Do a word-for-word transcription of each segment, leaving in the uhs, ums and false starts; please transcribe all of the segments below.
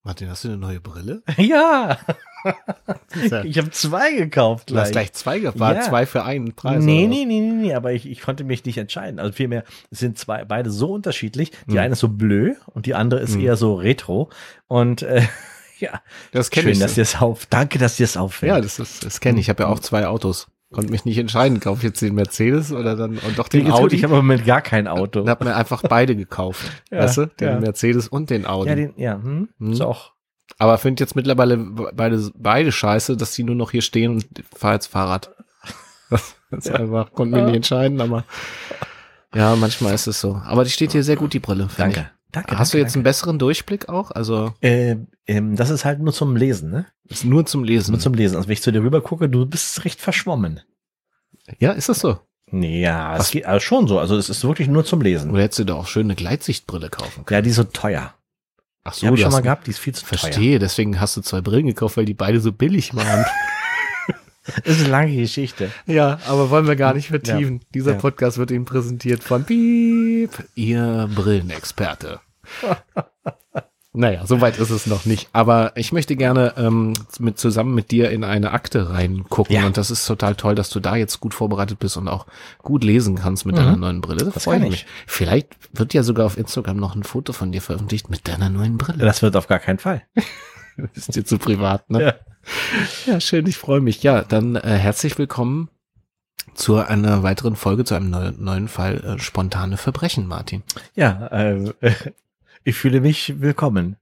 Martin, hast du eine neue Brille? Ja. Ich habe zwei gekauft gleich. Du hast gleich zwei gekauft? War ja. zwei für einen Preis? Nee, nee, nee, nee, nee, aber ich, ich konnte mich nicht entscheiden. Also vielmehr, es sind zwei, beide so unterschiedlich. Die hm. eine ist so blö und die andere ist hm. eher so retro. Und äh, ja, das kenn schön, ich dass so. dir es auf. Danke, dass dir es auffällt. Ja, das ist, das kenne ich. Ich habe ja auch zwei Autos. Konnte mich nicht entscheiden, kaufe ich jetzt den Mercedes oder dann und doch den Audi. Audi. Ich habe im Moment gar kein Auto. Und habe mir einfach beide gekauft, ja, weißt du, den ja. Mercedes und den Audi. Ja, den, ja, hm, hm. ist auch. Aber finde jetzt mittlerweile beide beide scheiße, dass die nur noch hier stehen und fahre jetzt Fahrrad. Das ist ja. einfach, konnte mich nicht entscheiden, aber ja, manchmal ist es so. Aber die steht hier sehr gut, die Brille. Danke. Ich. Danke. Hast danke, du jetzt danke. einen besseren Durchblick auch? Also äh, ähm, das ist halt nur zum Lesen, ne? Ist nur zum Lesen. Nur zum Lesen. Also wenn ich zu dir rüber gucke, du bist recht verschwommen. Ja, ist das so? Nee, ja, es geht also schon so. Also es ist wirklich nur zum Lesen. Oder hättest du da auch schön eine Gleitsichtbrille kaufen können? Ja, die ist so teuer. Ach so, die habe ich schon mal einen, gehabt, die ist viel zu verstehe, teuer. Verstehe, deswegen hast du zwei Brillen gekauft, weil die beide so billig waren. Das ist eine lange Geschichte. Ja, aber wollen wir gar nicht vertiefen. Ja. Dieser ja. Podcast wird Ihnen präsentiert von Piep, Ihr Brillenexperte. Naja, soweit ist es noch nicht. Aber ich möchte gerne ähm, mit zusammen mit dir in eine Akte reingucken. Ja. Und das ist total toll, dass du da jetzt gut vorbereitet bist und auch gut lesen kannst mit mhm. deiner neuen Brille. Das, das freut kann mich. Ich. Vielleicht wird ja sogar auf Instagram noch ein Foto von dir veröffentlicht mit deiner neuen Brille. Das wird auf gar keinen Fall. Ist dir zu privat, ne? Ja, ja schön, ich freue mich. Ja, dann äh, herzlich willkommen zu einer weiteren Folge, zu einem neu, neuen Fall äh, spontane Verbrechen, Martin. Ja, äh, ich fühle mich willkommen.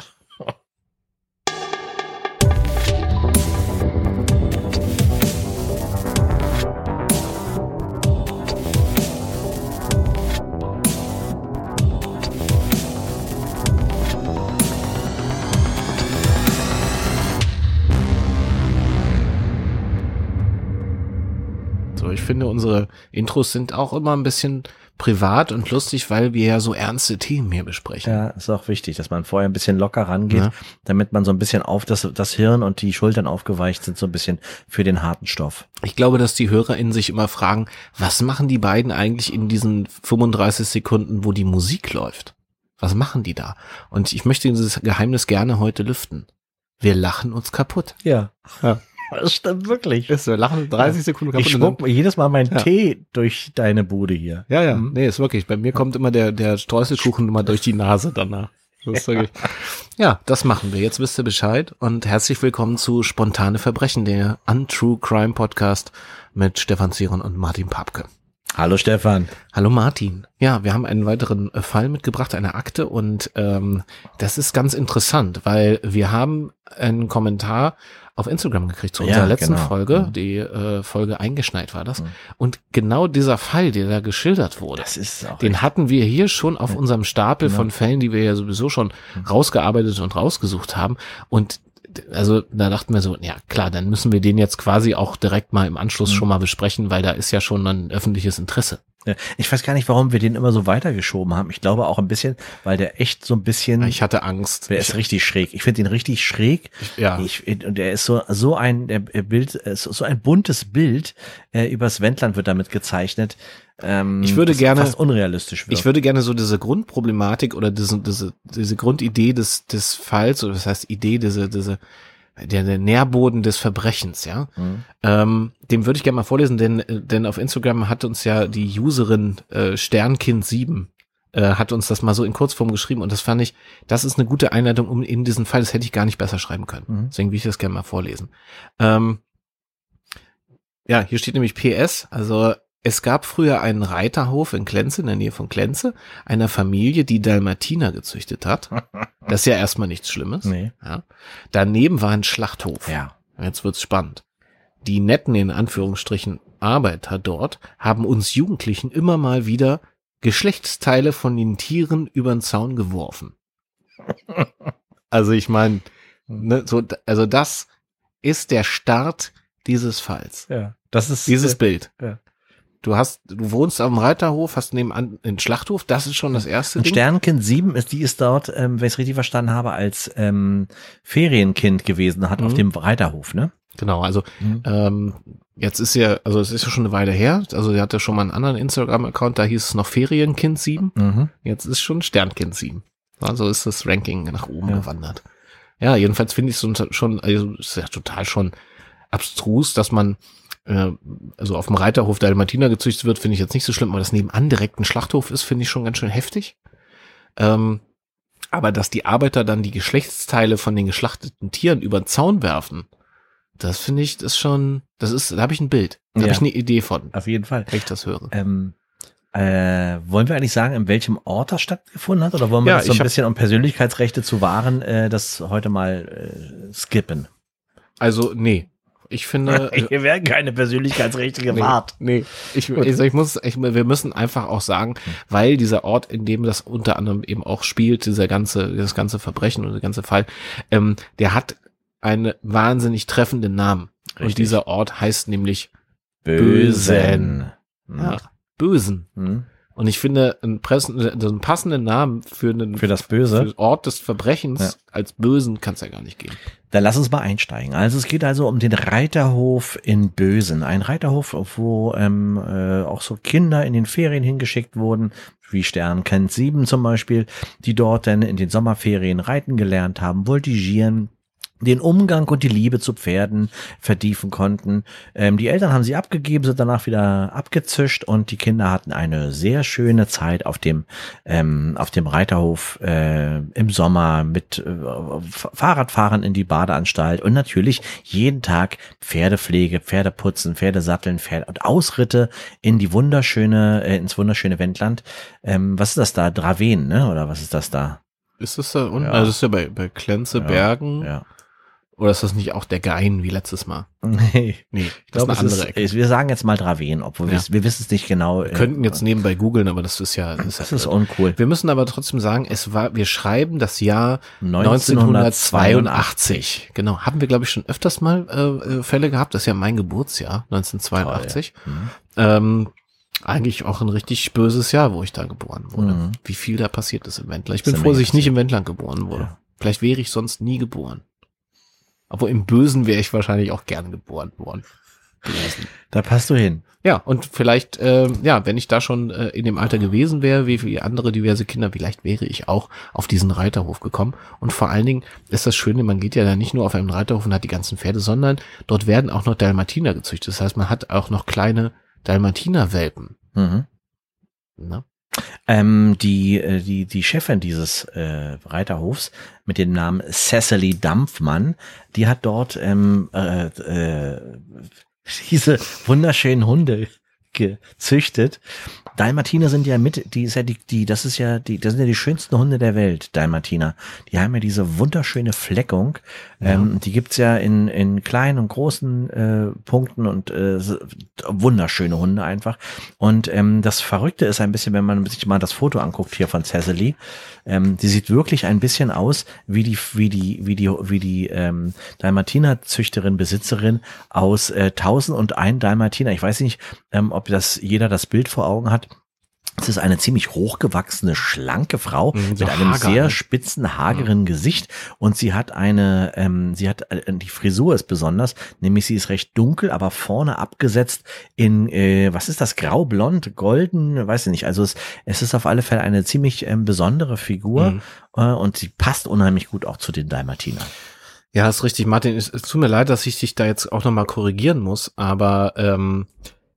Ich finde, unsere Intros sind auch immer ein bisschen privat und lustig, weil wir ja so ernste Themen hier besprechen. Ja, ist auch wichtig, dass man vorher ein bisschen locker rangeht, ja. damit man so ein bisschen auf das, das Hirn und die Schultern aufgeweicht sind, so ein bisschen für den harten Stoff. Ich glaube, dass die HörerInnen sich immer fragen, was machen die beiden eigentlich in diesen fünfunddreißig Sekunden, wo die Musik läuft? Was machen die da? Und ich möchte dieses Geheimnis gerne heute lüften. Wir lachen uns kaputt. Ja. Ja. Das stimmt wirklich. Ist so, lachen dreißig Sekunden kaputt. Ich schmuck jedes Mal meinen ja. Tee durch deine Bude hier. Ja, ja, mhm. nee, ist wirklich. Bei mir kommt immer der, der Streuselkuchen immer durch die Nase danach. Das ist wirklich. Ja, das machen wir. Jetzt wisst ihr Bescheid und herzlich willkommen zu Spontane Verbrechen, der Untrue Crime Podcast mit Stefan Ziron und Martin Papke. Hallo Stefan. Hallo Martin. Ja, wir haben einen weiteren Fall mitgebracht, eine Akte und ähm, das ist ganz interessant, weil wir haben einen Kommentar auf Instagram gekriegt zu unserer ja, letzten genau. Folge, mhm. die äh, Folge Eingeschneit war das. Mhm. Und genau dieser Fall, der da geschildert wurde, das ist auch den echt. hatten wir hier schon auf ja. unserem Stapel genau. von Fällen, die wir ja sowieso schon mhm. rausgearbeitet und rausgesucht haben. Und also da dachten wir so, ja klar, dann müssen wir den jetzt quasi auch direkt mal im Anschluss mhm. schon mal besprechen, weil da ist ja schon ein öffentliches Interesse. Ja, ich weiß gar nicht, warum wir den immer so weitergeschoben haben. Ich glaube auch ein bisschen, weil der echt so ein bisschen. Ich hatte Angst. Der ist ich, richtig schräg. Ich finde ihn richtig schräg. Ich, ja. Ich, und der ist so so ein der Bild, so ein buntes Bild äh, übers Wendland wird damit gezeichnet. Ähm, ich würde gerne fast unrealistisch wird. Ich würde gerne so diese Grundproblematik oder diese diese diese Grundidee des des Falls oder das heißt Idee diese diese Der, der Nährboden des Verbrechens, ja. Mhm. Ähm, dem würde ich gerne mal vorlesen, denn denn auf Instagram hat uns ja die Userin äh, Sternkind sieben äh, hat uns das mal so in Kurzform geschrieben und das fand ich, das ist eine gute Einleitung um in diesen Fall, das hätte ich gar nicht besser schreiben können. Mhm. Deswegen will ich das gerne mal vorlesen. Ähm, ja, hier steht nämlich P S, also es gab früher einen Reiterhof in Klenze, in der Nähe von Klenze, einer Familie, die Dalmatiner gezüchtet hat. Das ist ja erstmal nichts Schlimmes. Nee. Ja. Daneben war ein Schlachthof. Ja. Jetzt wird's spannend. Die netten, in Anführungsstrichen, Arbeiter dort haben uns Jugendlichen immer mal wieder Geschlechtsteile von den Tieren über den Zaun geworfen. Also ich meine, ne, so, also das ist der Start dieses Falls. Ja. Das ist dieses äh, Bild. Ja. Du hast, du wohnst am Reiterhof, hast nebenan den Schlachthof, das ist schon das erste Ding. Ding. Sternkind sieben ist, die ist dort, ähm, wenn ich es richtig verstanden habe, als ähm, Ferienkind gewesen, hat mhm. auf dem Reiterhof, ne? Genau, also mhm. ähm, jetzt ist ja, also es ist ja schon eine Weile her, also sie hatte schon mal einen anderen Instagram-Account, da hieß es noch Ferienkind sieben, mhm. jetzt ist schon Sternkind sieben. Also ist das Ranking nach oben ja. gewandert. Ja, jedenfalls finde ich es schon, also ist ja total schon abstrus, dass man äh, also auf dem Reiterhof Dalmatiner gezüchtet wird, finde ich jetzt nicht so schlimm, aber dass nebenan direkt ein Schlachthof ist, finde ich schon ganz schön heftig. Ähm, aber dass die Arbeiter dann die Geschlechtsteile von den geschlachteten Tieren über den Zaun werfen, das finde ich, das ist schon, das ist, da habe ich ein Bild, da Ja. habe ich eine Idee von, Auf jeden Fall. wenn ich das höre. Ähm, äh, wollen wir eigentlich sagen, in welchem Ort das stattgefunden hat? Oder wollen wir Ja, das so ich ein hab- bisschen, um Persönlichkeitsrechte zu wahren, äh, das heute mal äh, skippen? Also, nee, ich finde... Hier werden keine Persönlichkeitsrechte gewahrt. Nee, nee. Ich, also ich muss, ich, wir müssen einfach auch sagen, weil dieser Ort, in dem das unter anderem eben auch spielt, dieser ganze, das ganze Verbrechen und der ganze Fall, ähm, der hat einen wahnsinnig treffenden Namen. Richtig. Und dieser Ort heißt nämlich Bösen. ja, Bösen. Hm. Und ich finde, einen, Pressen, also einen passenden Namen für einen Für das Böse. für den Ort des Verbrechens Ja. als Bösen kann es ja gar nicht geben. Dann lass uns mal einsteigen. Also es geht also um den Reiterhof in Bösen. Ein Reiterhof, wo ähm, äh, auch so Kinder in den Ferien hingeschickt wurden, wie Stern Kent sieben zum Beispiel, die dort dann in den Sommerferien reiten gelernt haben, voltigieren, den Umgang und die Liebe zu Pferden vertiefen konnten. Ähm, die Eltern haben sie abgegeben, sind danach wieder abgezischt und die Kinder hatten eine sehr schöne Zeit auf dem ähm, auf dem Reiterhof äh, im Sommer mit äh, Fahrradfahren in die Badeanstalt und natürlich jeden Tag Pferdepflege, Pferdeputzen, Pferdesatteln, Pferde und Ausritte in die wunderschöne äh, ins wunderschöne Wendland. Ähm, was ist das da? Draven, ne? Oder was ist das da? Ist das da unten? Ja. Also das ist ja bei, bei Klenze, Ja, Bergen. Ja. Oder ist das nicht auch der Gein wie letztes Mal? Nee. Nee, Ich das glaube, ist es eine ist, andere Ecke. ist, wir sagen jetzt mal Draven, obwohl Ja. wir, wir wissen es nicht genau. Wir könnten jetzt nebenbei googeln, aber das ist ja, das Das ist, ist ja uncool. Wir müssen aber trotzdem sagen, es war, wir schreiben das Jahr neunzehnhundertzweiundachtzig. neunzehnhundertzweiundachtzig. Genau. Haben wir, glaube ich, schon öfters mal äh, Fälle gehabt. Das ist ja mein Geburtsjahr, neunzehnhundertzweiundachtzig. Mhm. Ähm, eigentlich auch ein richtig böses Jahr, wo ich da geboren wurde. Mhm. Wie viel da passiert ist im Wendland. Ich bin Ist froh, dass ich amazing. nicht im Wendland geboren wurde. Ja. Vielleicht wäre ich sonst nie geboren. Aber im Bösen wäre ich wahrscheinlich auch gern geboren worden. gewesen. Da passt du hin. Ja, und vielleicht, äh, ja, wenn ich da schon äh, in dem Alter gewesen wäre, wie viele andere diverse Kinder, vielleicht wäre ich auch auf diesen Reiterhof gekommen. Und vor allen Dingen ist das Schöne, man geht ja da nicht nur auf einen Reiterhof und hat die ganzen Pferde, sondern dort werden auch noch Dalmatiner gezüchtet. Das heißt, man hat auch noch kleine Dalmatiner-Welpen. Mhm. Ne? Ähm, die, äh, die, die Chefin dieses äh, Reiterhofs mit dem Namen Cecily Dampfmann, die hat dort ähm, äh, äh, diese wunderschönen Hunde gezüchtet. Dalmatiner sind ja mit, die ist ja die, die, das ist ja die, das sind ja die schönsten Hunde der Welt, Dalmatiner. Die haben ja diese wunderschöne Fleckung. Ja. Ähm, die gibt's ja in, in kleinen und großen äh, Punkten und äh, wunderschöne Hunde einfach. Und ähm, das Verrückte ist ein bisschen, wenn man sich mal das Foto anguckt hier von Cecily, ähm, die sieht wirklich ein bisschen aus wie die, wie die, wie die, wie die ähm, Dalmatiner-Züchterin, Besitzerin aus äh, tausend und ein Dalmatiner. Ich weiß nicht, ähm, ob das jeder das Bild vor Augen hat. Es ist eine ziemlich hochgewachsene, schlanke Frau Mhm, so mit einem hager, sehr ne? spitzen, hageren Gesicht und sie hat eine, ähm, sie hat, äh, die Frisur ist besonders, nämlich sie ist recht dunkel, aber vorne abgesetzt in, äh, was ist das, grau, blond, golden, weiß ich nicht, also es, es ist auf alle Fälle eine ziemlich ähm, besondere Figur Mhm. äh, und sie passt unheimlich gut auch zu den Dalmatinern. Ja, ist richtig, Martin. Es, es tut mir leid, dass ich dich da jetzt auch nochmal korrigieren muss, aber ähm,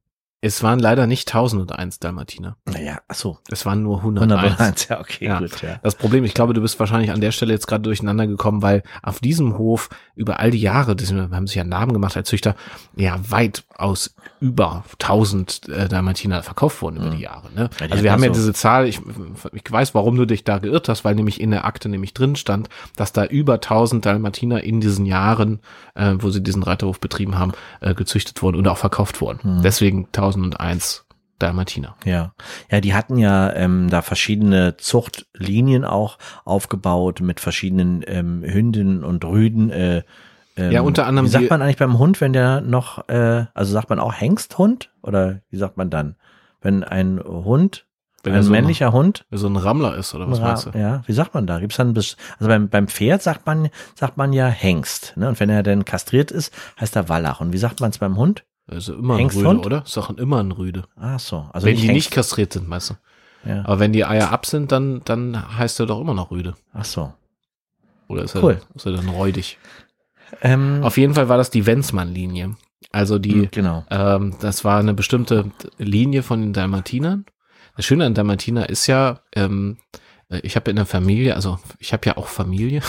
es waren leider nicht tausendeins Dalmatiner. Naja, ach so. Es waren nur hunderteins. hunderteins, ja, okay, Ja. gut, ja. Das Problem, ich glaube, du bist wahrscheinlich an der Stelle jetzt gerade durcheinander gekommen, weil auf diesem Hof über all die Jahre, das haben sich ja einen Namen gemacht als Züchter, ja weitaus über tausend äh, Dalmatiner verkauft wurden über Mhm. die Jahre. Ne? Ja, die Also wir hatten haben ja so- diese Zahl, ich, ich weiß, warum du dich da geirrt hast, weil nämlich in der Akte nämlich drin stand, dass da über tausend Dalmatiner in diesen Jahren, äh, wo sie diesen Reiterhof betrieben haben, äh, gezüchtet wurden und auch verkauft wurden. Mhm. Deswegen tausendeins Dalmatiner. Ja, ja, die hatten ja ähm, da verschiedene Zuchtlinien auch aufgebaut mit verschiedenen ähm, Hündinnen und Rüden. Äh, ähm, Ja, unter anderem Wie sagt die- man eigentlich beim Hund, wenn der noch, äh, also sagt man auch Hengsthund oder wie sagt man dann, wenn ein Hund, Wenn er ein so ein- männlicher Hund, So ein Rammler ist, oder was Ra- meinst du? ja, wie sagt man da? Gibt's dann bis, also beim beim Pferd sagt man sagt man ja Hengst, ne? Und wenn er dann kastriert ist, heißt er Wallach. Und wie sagt man es beim Hund? Also immer ein Hengsthund? Rüde, oder? Ist doch immer ein Rüde. Ach so, also wenn nicht die Hengst. nicht kastriert sind, weißt du. Ja. Aber wenn die Eier ab sind, dann, dann heißt er doch immer noch Rüde. Ach so. Oder ist er, Cool. ist er dann räudig? Ähm, Auf jeden Fall war das die Wenzmann-Linie. Also die, genau. ähm, das war eine bestimmte Linie von den Dalmatinern. Das Schöne an Dalmatiner ist ja, ähm, ich habe in der Familie, also ich habe ja auch Familie,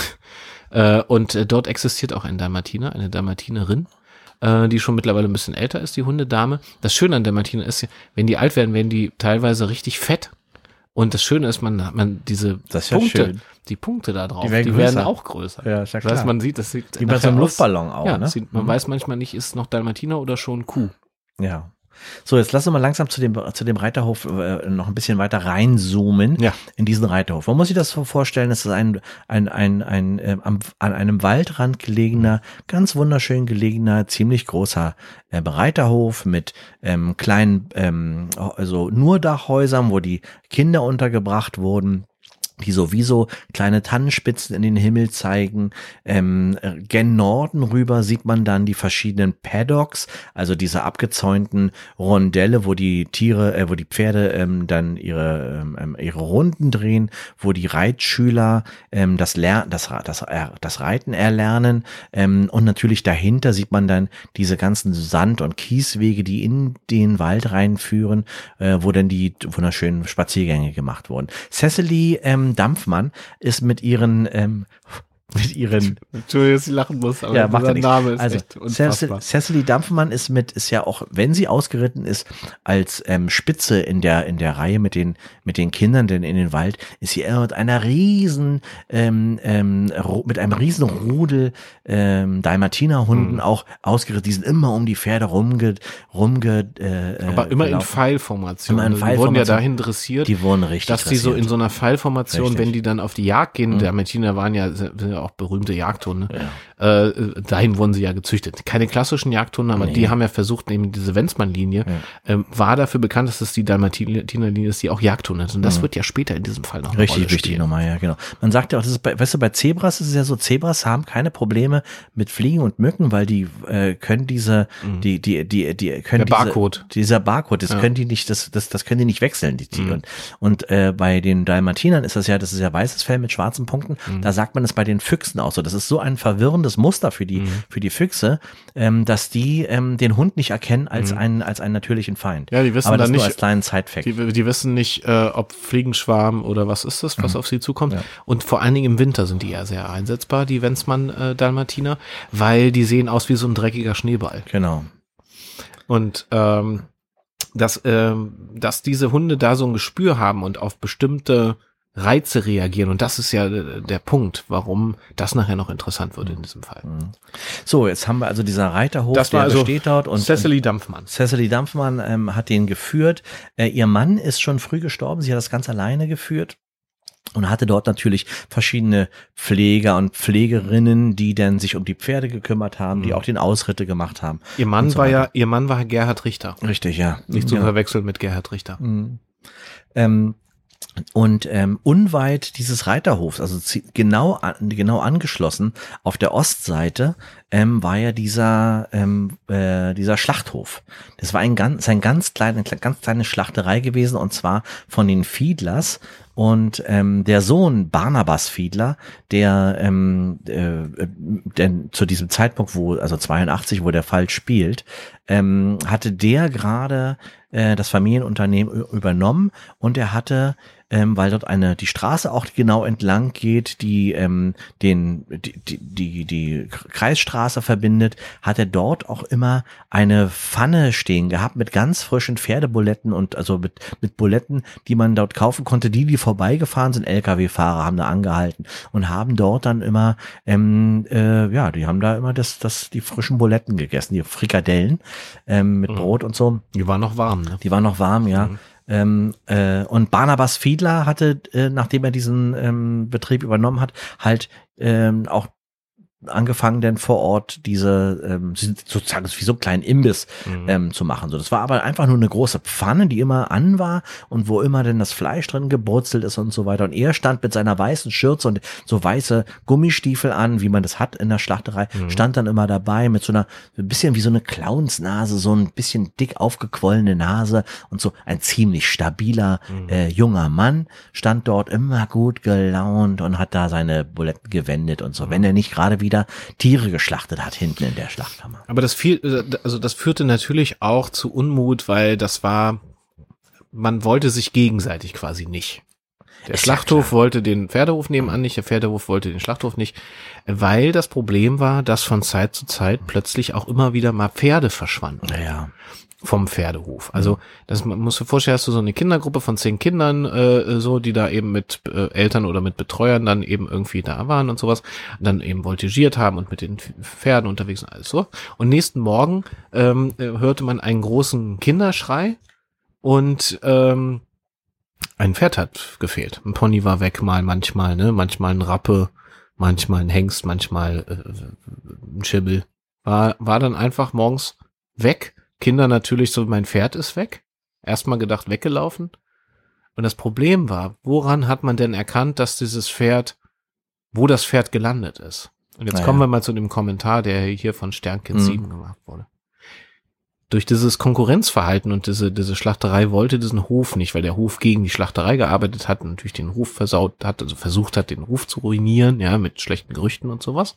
äh, und äh, dort existiert auch ein Dalmatiner, eine Dalmatinerin, äh, die schon mittlerweile ein bisschen älter ist, die Hundedame. Das Schöne an Dalmatiner ist ja, wenn die alt werden, werden die teilweise richtig fett. Und das Schöne ist, man, man diese Das ist ja Punkte, schön. die Punkte da drauf, Die die werden werden, größer. auch größer. Ja, ist ja Das heißt, klar. man sieht, das sieht Wie bei so einem nachher aus- Luftballon auch, ja, ne? sieht, man Mhm. weiß manchmal nicht, ist es noch Dalmatiner oder schon Kuh. Ja. So, jetzt lass uns mal langsam zu dem, zu dem Reiterhof äh, noch ein bisschen weiter reinzoomen Ja. in diesen Reiterhof. Man muss sich das so vorstellen, es ist ein, ein, ein, ein, äh, am, an einem Waldrand gelegener, ganz wunderschön gelegener, ziemlich großer äh, Reiterhof mit ähm, kleinen, ähm, also nur Dachhäusern, wo die Kinder untergebracht wurden, die sowieso kleine Tannenspitzen in den Himmel zeigen. Ähm, gen Norden rüber sieht man dann die verschiedenen Paddocks, also diese abgezäunten Rondelle, wo die Tiere, äh, wo die Pferde ähm, dann ihre ähm, ihre Runden drehen, wo die Reitschüler ähm, das Ler das das das Reiten erlernen. Ähm, und natürlich dahinter sieht man dann diese ganzen Sand- und Kieswege, die in den Wald reinführen, äh, wo dann die wunderschönen Spaziergänge gemacht wurden. Cecily ähm, Dampfmann ist mit ihren ähm, mit ihren Entschuldigung, dass ich lachen muss, aber ja, macht ja dieser Name nichts. ist Also echt unfassbar. Cecil, Cecily Dampfmann ist mit ist ja auch, wenn sie ausgeritten ist, als ähm, Spitze in der in der Reihe mit den mit den Kindern denn in den Wald, ist sie immer mit einer riesen ähm, ähm, mit einem riesen Rudel ähm, Dalmatinerhunden Mhm. auch ausgeritten. Die sind immer um die Pferde rumge rumge äh, Aber immer in gelaufen. Pfeilformation. Immer in Also die wurden ja Pfeilformation. dahin dressiert, Die wurden richtig dass die so in dressiert. so einer Pfeilformation, Richtig. wenn die dann auf die Jagd gehen, Mhm. Dalmatiner waren ja, sind ja auch berühmte Jagdhunde, äh, dahin wurden sie ja gezüchtet. Keine klassischen Jagdhunde, aber Nee. die haben ja versucht, eben diese Wenzmann-Linie, ähm, war dafür bekannt, dass es die Dalmatiner-Linie ist, die auch Jagdhunde ist. Und das wird ja später in diesem Fall noch eine Richtig Rolle wichtig spielen. nochmal, ja, genau. Man sagt ja auch, das ist bei, weißt du, bei Zebras ist es ja so, Zebras haben keine Probleme mit Fliegen und Mücken, weil die äh, können diese, die, die, die, die können Der diese, Barcode. dieser Barcode, das Ja. können die nicht, das, das, das können die nicht wechseln, die Tiere. Und, und äh, bei den Dalmatinern ist das ja, das ist ja weißes Fell mit schwarzen Punkten. Da sagt man es bei den Füchsen auch so. Das ist so ein verwirrendes Muster für die, für die Füchse, ähm, dass die ähm, den Hund nicht erkennen als einen, als einen natürlichen Feind. Ja, die wissen Aber das dann nur nicht- als kleinen Side-Fact. Die, die wissen nicht, äh, ob Fliegenschwarm oder was ist das, was auf sie zukommt. Ja. Und vor allen Dingen im Winter sind die ja sehr einsetzbar, die Wenzmann-Dalmatiner, weil die sehen aus wie so ein dreckiger Schneeball. Genau. Und ähm, dass, ähm, dass diese Hunde da so ein Gespür haben und auf bestimmte Reize reagieren. Und das ist ja äh, der Punkt, warum das nachher noch interessant wird in diesem Fall. So, jetzt haben wir also dieser Reiterhof, Das war der also besteht dort und Cecily Dampfmann. Cecily Dampfmann ähm, hat den geführt. Äh, ihr Mann ist schon früh gestorben. Sie hat das ganz alleine geführt und hatte dort natürlich verschiedene Pfleger und Pflegerinnen, die dann sich um die Pferde gekümmert haben, die auch den Ausritte gemacht haben. Ihr Mann und so war weiter. ja, ihr Mann war Gerhard Richter. Richtig, ja. Nicht zu Ja. verwechseln mit Gerhard Richter. Ähm, und ähm, unweit dieses Reiterhofs, also zi- genau an, genau angeschlossen auf der Ostseite, ähm, war ja dieser ähm, äh, dieser Schlachthof. Das war ein ganz ein ganz kleine ganz kleine Schlachterei gewesen, und zwar von den Fiedlers. Und ähm, der Sohn Barnabas Fiedler, der, ähm, äh, denn zu diesem Zeitpunkt, wo, also zweiundachtzig, wo der Fall spielt, ähm, hatte der gerade äh, das Familienunternehmen ü- übernommen, und er hatte, ähm, weil dort eine die Straße auch genau entlang geht, die ähm, den die die die, die Kreisstraße verbindet, hat er dort auch immer eine Pfanne stehen gehabt mit ganz frischen Pferdebuletten, und also mit mit Buletten, die man dort kaufen konnte, die die vorbeigefahren sind. L K W-Fahrer haben da angehalten und haben dort dann immer ähm, äh, ja, die haben da immer das das die frischen Buletten gegessen, die Frikadellen ähm, mit Brot und so. Die war noch warm, ne? Die waren noch warm, ja. Mhm. Ähm, äh, und Barnabas Fiedler hatte, äh, nachdem er diesen ähm, Betrieb übernommen hat, halt ähm, auch angefangen, denn vor Ort diese ähm, sozusagen wie so einen kleinen Imbiss mhm. ähm, zu machen. So, das war aber einfach nur eine große Pfanne, die immer an war und wo immer denn das Fleisch drin gebrutzelt ist und so weiter. Und er stand mit seiner weißen Schürze und so weiße Gummistiefel an, wie man das hat in der Schlachterei, mhm. stand dann immer dabei mit so einer, ein bisschen wie so eine Clownsnase, so ein bisschen dick aufgequollene Nase und so ein ziemlich stabiler mhm. äh, junger Mann stand dort immer gut gelaunt und hat da seine Buletten gewendet und so, mhm. wenn er nicht gerade wieder Tiere geschlachtet hat hinten in der Schlachtkammer. Aber das viel, also das führte natürlich auch zu Unmut, weil das war, man wollte sich gegenseitig quasi nicht. Der Ist Schlachthof ja wollte den Pferdehof nebenan nicht, der Pferdehof wollte den Schlachthof nicht, weil das Problem war, dass von Zeit zu Zeit plötzlich auch immer wieder mal Pferde verschwanden. Ja. Vom Pferdehof. Also das man muss sich vorstellen, hast du so eine Kindergruppe von zehn Kindern, äh, so, die da eben mit äh, Eltern oder mit Betreuern dann eben irgendwie da waren und sowas, und dann eben voltigiert haben und mit den Pferden unterwegs und alles so. Und nächsten Morgen ähm, hörte man einen großen Kinderschrei und ähm, ein Pferd hat gefehlt. Ein Pony war weg, mal manchmal, ne, manchmal ein Rappe, manchmal ein Hengst, manchmal äh, ein Schibbel. War war dann einfach morgens weg. Kinder natürlich so, mein Pferd ist weg. Erstmal gedacht, weggelaufen. Und das Problem war, woran hat man denn erkannt, dass dieses Pferd, wo das Pferd gelandet ist? Und jetzt naja. kommen wir mal zu dem Kommentar, der hier von Sternkind mhm. sieben gemacht wurde. Durch dieses Konkurrenzverhalten und diese, diese Schlachterei wollte diesen Hof nicht, weil der Hof gegen die Schlachterei gearbeitet hat und natürlich den Ruf versaut hat, also versucht hat, den Ruf zu ruinieren, ja, mit schlechten Gerüchten und sowas.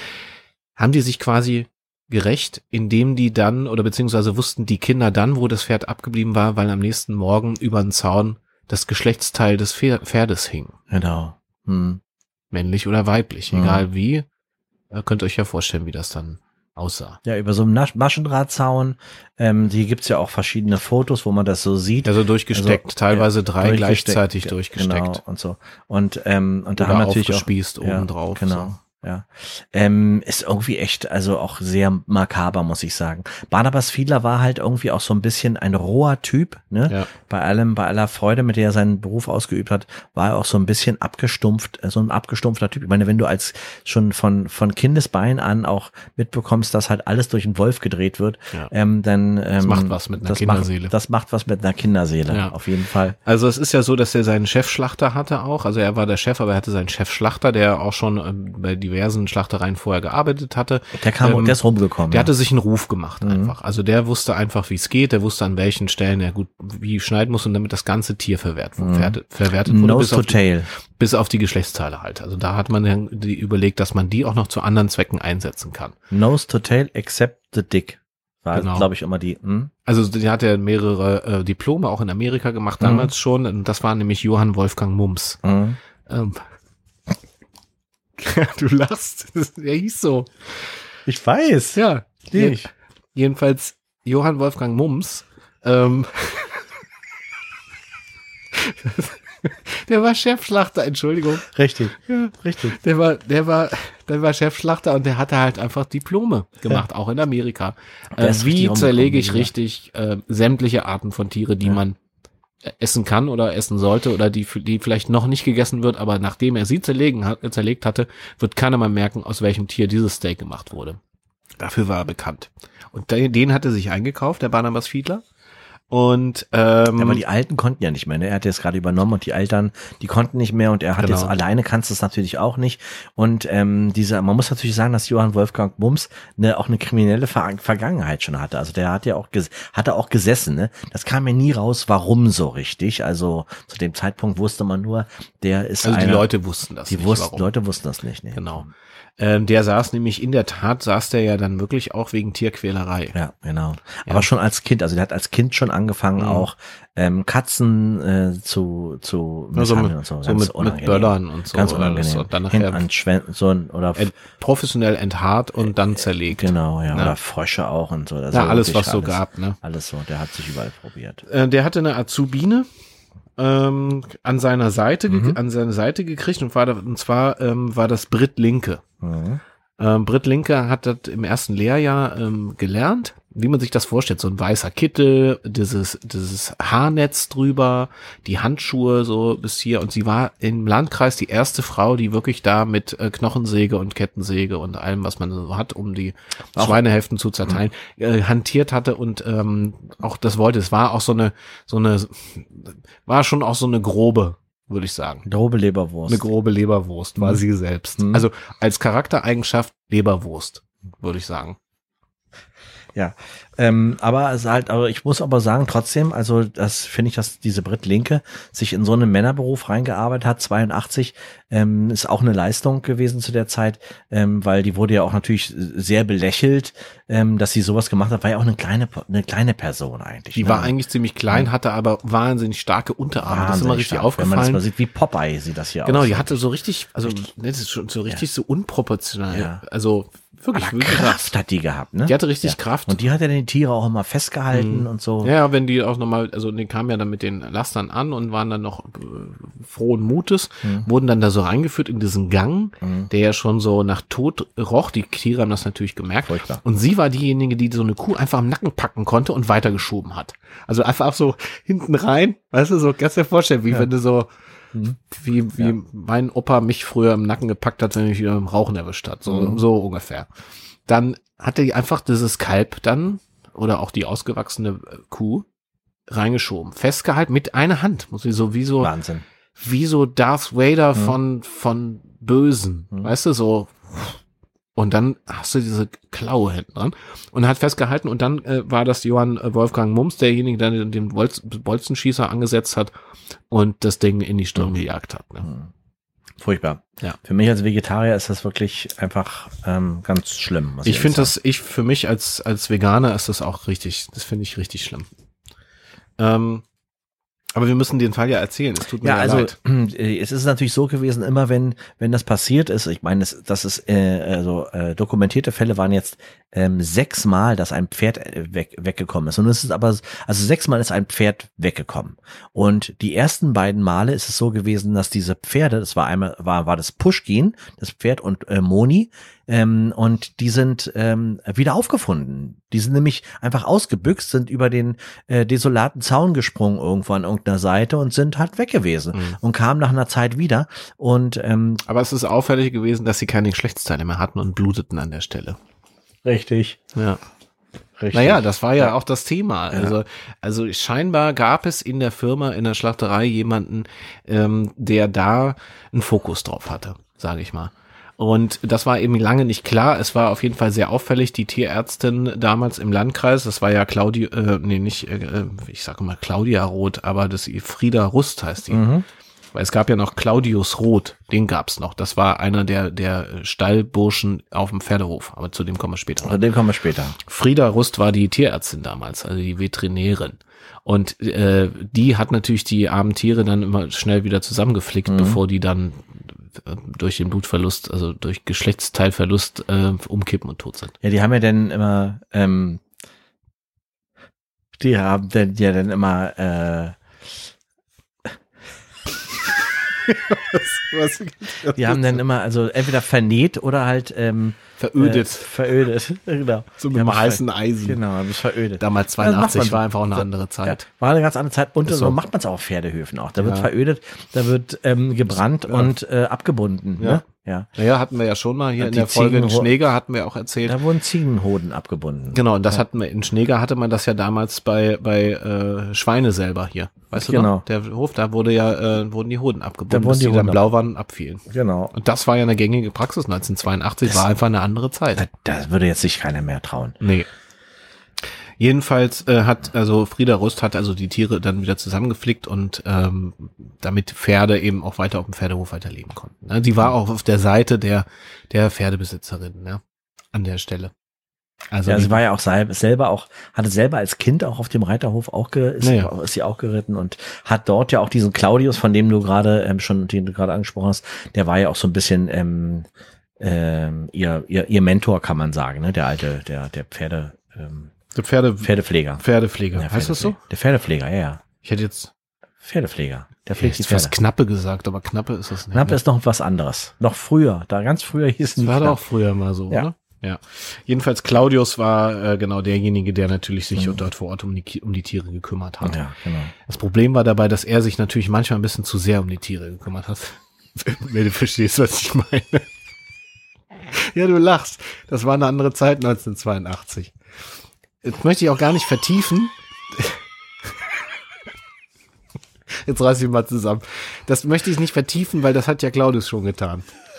Haben die sich quasi gerecht, indem die dann, oder beziehungsweise wussten die Kinder dann, wo das Pferd abgeblieben war, weil am nächsten Morgen über den Zaun das Geschlechtsteil des Pferdes hing. Genau. Hm. Männlich oder weiblich, hm. egal wie. Ihr könnt euch ja vorstellen, wie das dann aussah. Ja, über so einen Maschendrahtzaun, ähm, hier gibt's ja auch verschiedene Fotos, wo man das so sieht. Also durchgesteckt, also, teilweise ja, drei durchgesteckt, gleichzeitig durchgesteckt. Genau, und so. Und, ähm, und da haben natürlich auch, aufgespießt oben drauf. Genau. So. Ja, ähm, ist irgendwie echt, also auch sehr makaber, muss ich sagen. Barnabas Fiedler war halt irgendwie auch so ein bisschen ein roher Typ, ne? Ja. Bei allem, bei aller Freude, mit der er seinen Beruf ausgeübt hat, war er auch so ein bisschen abgestumpft, so ein abgestumpfter Typ. Ich meine, wenn du als schon von von Kindesbein an auch mitbekommst, dass halt alles durch einen Wolf gedreht wird, ja. ähm, dann ähm, das macht was mit einer das Kinderseele. Macht, das macht was mit einer Kinderseele, ja. Auf jeden Fall. Also es ist ja so, dass er seinen Chefschlachter hatte auch. Also er war der Chef, aber er hatte seinen Chefschlachter, der auch schon ähm, bei diversen Schlachtereien vorher gearbeitet hatte. Der kam ähm, und der ist rumgekommen. Der ja. hatte sich einen Ruf gemacht mhm. einfach. Also der wusste einfach, wie es geht. Der wusste, an welchen Stellen er gut wie schneiden muss und damit das ganze Tier verwertet, mhm. verwertet, verwertet wurde. Nose bis to auf tail. Die, bis auf die Geschlechtsteile halt. Also da hat man dann die überlegt, dass man die auch noch zu anderen Zwecken einsetzen kann. Nose to tail except the dick. War, genau. glaube ich, immer die. Hm? Also die hat ja mehrere äh, Diplome auch in Amerika gemacht, damals mhm. schon. Und das war nämlich Johann Wolfgang Mums. Mhm. Ähm, du lachst. Er hieß so. Ich weiß. Ja. Ich. Jedenfalls Johann Wolfgang Mums. Ähm, der war Chefschlachter, Entschuldigung. Richtig. Ja, richtig. Der war, der war, der war Chefschlachter und der hatte halt einfach Diplome gemacht, ja. auch in Amerika. Äh, wie zerlege ich richtig äh, sämtliche Arten von Tiere, die ja. man essen kann oder essen sollte oder die, die vielleicht noch nicht gegessen wird, aber nachdem er sie zerlegen hat, zerlegt hatte, wird keiner mal merken, aus welchem Tier dieses Steak gemacht wurde. Dafür war er bekannt. Und den hat er sich eingekauft, der Barnabas Fiedler. Und ähm, aber die Alten konnten ja nicht mehr, ne? Er hat jetzt gerade übernommen und die Eltern, die konnten nicht mehr und er hat genau. jetzt alleine kannst du es natürlich auch nicht. Und ähm, dieser, man muss natürlich sagen, dass Johann Wolfgang Mums ne, auch eine kriminelle Ver- Vergangenheit schon hatte. Also der hat ja auch ges- hatte auch gesessen, ne? Das kam mir nie raus, warum so richtig. Also zu dem Zeitpunkt wusste man nur, der ist also einer, die Leute wussten das die nicht. Wussten, warum. Leute wussten das nicht, ne? Genau. Ähm, der saß nämlich in der Tat, saß der ja dann wirklich auch wegen Tierquälerei. Ja, genau. Aber ja. schon als Kind, also der hat als Kind schon angefangen, mhm. auch ähm, Katzen äh, zu zu also mit, und so, so mit, mit Böllern und so. Ganz unangenehm. Und dann nachher an Schwän- so ein, oder ent, professionell enthaart und dann zerlegt. Genau, ja. ja. Oder Frösche auch und so. Das ja, alles, was alles, so gab. Ne? Alles so, der hat sich überall probiert. Äh, der hatte eine Azubine. Ähm, an seiner Seite, mhm. ge- an seine Seite gekriegt und war da, und zwar ähm, war das Britt Linke. Mhm. Ähm, Britt Linke hat das im ersten Lehrjahr ähm, gelernt, wie man sich das vorstellt. So ein weißer Kittel, dieses, dieses Haarnetz drüber, die Handschuhe so bis hier. Und sie war im Landkreis die erste Frau, die wirklich da mit äh, Knochensäge und Kettensäge und allem, was man so hat, um die auch Schweinehälften zu zerteilen, äh, hantiert hatte und ähm, auch das wollte. Es war auch so eine, so eine, war schon auch so eine grobe, würde ich sagen. Grobe Leberwurst. Eine grobe Leberwurst war mhm. sie selbst. Mhm. Also als Charaktereigenschaft Leberwurst, würde ich sagen. Ja, ähm, aber es ist halt, aber ich muss aber sagen, trotzdem, also das finde ich, dass diese Britt Linke sich in so einen Männerberuf reingearbeitet hat, zweiundachtzig, ähm, ist auch eine Leistung gewesen zu der Zeit, ähm, weil die wurde ja auch natürlich sehr belächelt, ähm, dass sie sowas gemacht hat, war ja auch eine kleine, eine kleine Person eigentlich. Die ne? war eigentlich ziemlich klein, hatte aber wahnsinnig starke Unterarme. Wahnsinnig das ist immer richtig stark, aufgefallen. Wenn man das mal sieht, wie Popeye sieht das hier genau, aus. die hatte so richtig, also ne, das ist schon so richtig ja. so unproportional. Ja. Also wirklich, aber wirklich Kraft hat die gehabt, ne? Die hatte richtig ja. Kraft. Und die hat ja die Tiere auch immer festgehalten mhm. und so. Ja, wenn die auch nochmal, also die kamen ja dann mit den Lastern an und waren dann noch äh, frohen Mutes, mhm. wurden dann da so reingeführt in diesen Gang, mhm. der ja schon so nach Tod roch. Die Tiere haben das natürlich gemerkt. Furchtbar. Und sie war diejenige, die so eine Kuh einfach am Nacken packen konnte und weitergeschoben hat. Also einfach so hinten rein, weißt du, so kannst du dir vorstellen, wie ja. wenn du so wie wie ja. mein Opa mich früher im Nacken gepackt hat, wenn ich wieder im Rauchen erwischt hat. So, mhm. so ungefähr. Dann hatte die einfach dieses Kalb dann oder auch die ausgewachsene Kuh reingeschoben. Festgehalten mit einer Hand. Muss ich so wie so, Wahnsinn. Wie so Darth Vader mhm. von, von Bösen. Mhm. Weißt du, so. Und dann hast du diese Klaue hinten dran und hat festgehalten und dann äh, war das Johann Wolfgang Mums, derjenige, der den, den Bolz, Bolzenschießer angesetzt hat und das Ding in die Stirn mhm. gejagt hat. Ne? Mhm. Furchtbar. Ja. Für mich als Vegetarier ist das wirklich einfach ähm, ganz schlimm. Ich finde das, ich für mich als als Veganer ist das auch richtig, das finde ich richtig schlimm. Ähm, aber wir müssen den Fall ja erzählen. Es tut mir ja, also leid. Es ist natürlich so gewesen, immer wenn wenn das passiert ist. Ich meine, das, das ist äh, also äh, dokumentierte Fälle waren jetzt ähm, sechsmal, dass ein Pferd weg, weggekommen ist. Und es ist aber also sechsmal ist ein Pferd weggekommen. Und die ersten beiden Male ist es so gewesen, dass diese Pferde, das war einmal war war das Pushkin, das Pferd und äh, Moni. Ähm, und die sind ähm, wieder aufgefunden. Die sind nämlich einfach ausgebüxt, sind über den äh, desolaten Zaun gesprungen irgendwo an irgendeiner Seite und sind halt weg gewesen mhm. und kamen nach einer Zeit wieder. Und ähm, aber es ist auffällig gewesen, dass sie keine Geschlechtsteile mehr hatten und bluteten an der Stelle. Richtig. Ja. Richtig. Naja, das war ja, ja auch das Thema. Ja. Also, also scheinbar gab es in der Firma, in der Schlachterei jemanden, ähm, der da einen Fokus drauf hatte, sage ich mal. Und das war eben lange nicht klar. Es war auf jeden Fall sehr auffällig. Die Tierärztin damals im Landkreis, das war ja Claudia, äh, nee, nicht, äh, ich sage mal Claudia Roth, aber das Frieda Rust heißt die. Mhm. Weil es gab ja noch Claudius Roth, den gab's noch. Das war einer der der Stallburschen auf dem Pferdehof. Aber zu dem kommen wir später. Zu dem kommen wir später. Frieda Rust war die Tierärztin damals, also die Veterinärin. Und äh, die hat natürlich die armen Tiere dann immer schnell wieder zusammengeflickt, mhm. bevor die dann durch den Blutverlust, also durch Geschlechtsteilverlust äh, umkippen und tot sind. Ja, die haben ja dann immer, ähm, die haben dann ja dann immer, äh, was, was die haben dann immer, also entweder vernäht oder halt ähm, verödet. Äh, verödet, genau. So mit einem heißen Eisen. Genau, das verödet. Damals zweiundachtzig war einfach auch eine andere Zeit. Ja, war eine ganz andere Zeit. Und so, so macht man es auch auf Pferdehöfen auch. Da wird ja. verödet, da wird ähm, gebrannt ja. und äh, abgebunden. Ja. Ne? Ja. Naja, hatten wir ja schon mal hier und in der Folge in Schneeger hatten wir auch erzählt. Da wurden Ziegenhoden abgebunden. Genau, und das ja. hatten wir in Schneeger hatte man das ja damals bei bei äh, Schweine selber hier. Weißt du genau. noch? Der Hof, da wurde ja äh, wurden die Hoden abgebunden, da wurden die, bis die dann blau waren und abfielen. Genau. Und das war ja eine gängige Praxis neunzehnhundertzweiundachtzig, das war einfach eine andere Zeit. Da, da würde jetzt sich keiner mehr trauen. Nee. Jedenfalls äh, hat also Frieda Rust hat also die Tiere dann wieder zusammengeflickt und ähm, damit Pferde eben auch weiter auf dem Pferdehof weiterleben konnten. Ne? Sie war auch auf der Seite der der Pferdebesitzerin, ne? An der Stelle. Also ja, sie war ja auch selber auch, hatte selber als Kind auch auf dem Reiterhof auch ge, ist, naja. ist sie auch geritten und hat dort ja auch diesen Claudius, von dem du gerade ähm, schon, den du gerade angesprochen hast, der war ja auch so ein bisschen ähm, ähm, ihr, ihr ihr Mentor, kann man sagen, ne? Der alte, der der Pferde ähm, der Pferde, Pferdepfleger. Pferdepfleger. Ja, heißt das so? Der Pferdepfleger, ja, ja. Ich hätte jetzt Pferdepfleger. Der pflegt die Ich hätte Pferde. fast Knappe gesagt, aber Knappe ist das nicht. Knappe ne? ist noch was anderes. Noch früher, da ganz früher hießen Das die war doch Knapp. auch früher mal so, Ja. oder? Ja. Jedenfalls Claudius war äh, genau derjenige, der natürlich sich mhm. dort vor Ort um die, Ki- um die Tiere gekümmert hat. Ja, genau. Das Problem war dabei, dass er sich natürlich manchmal ein bisschen zu sehr um die Tiere gekümmert hat. Wenn du verstehst, was ich meine. Ja, du lachst. Das war eine andere Zeit, neunzehnhundertzweiundachtzig. Jetzt möchte ich auch gar nicht vertiefen. Jetzt reiß ich mal zusammen. Das möchte ich nicht vertiefen, weil das hat ja Claudius schon getan.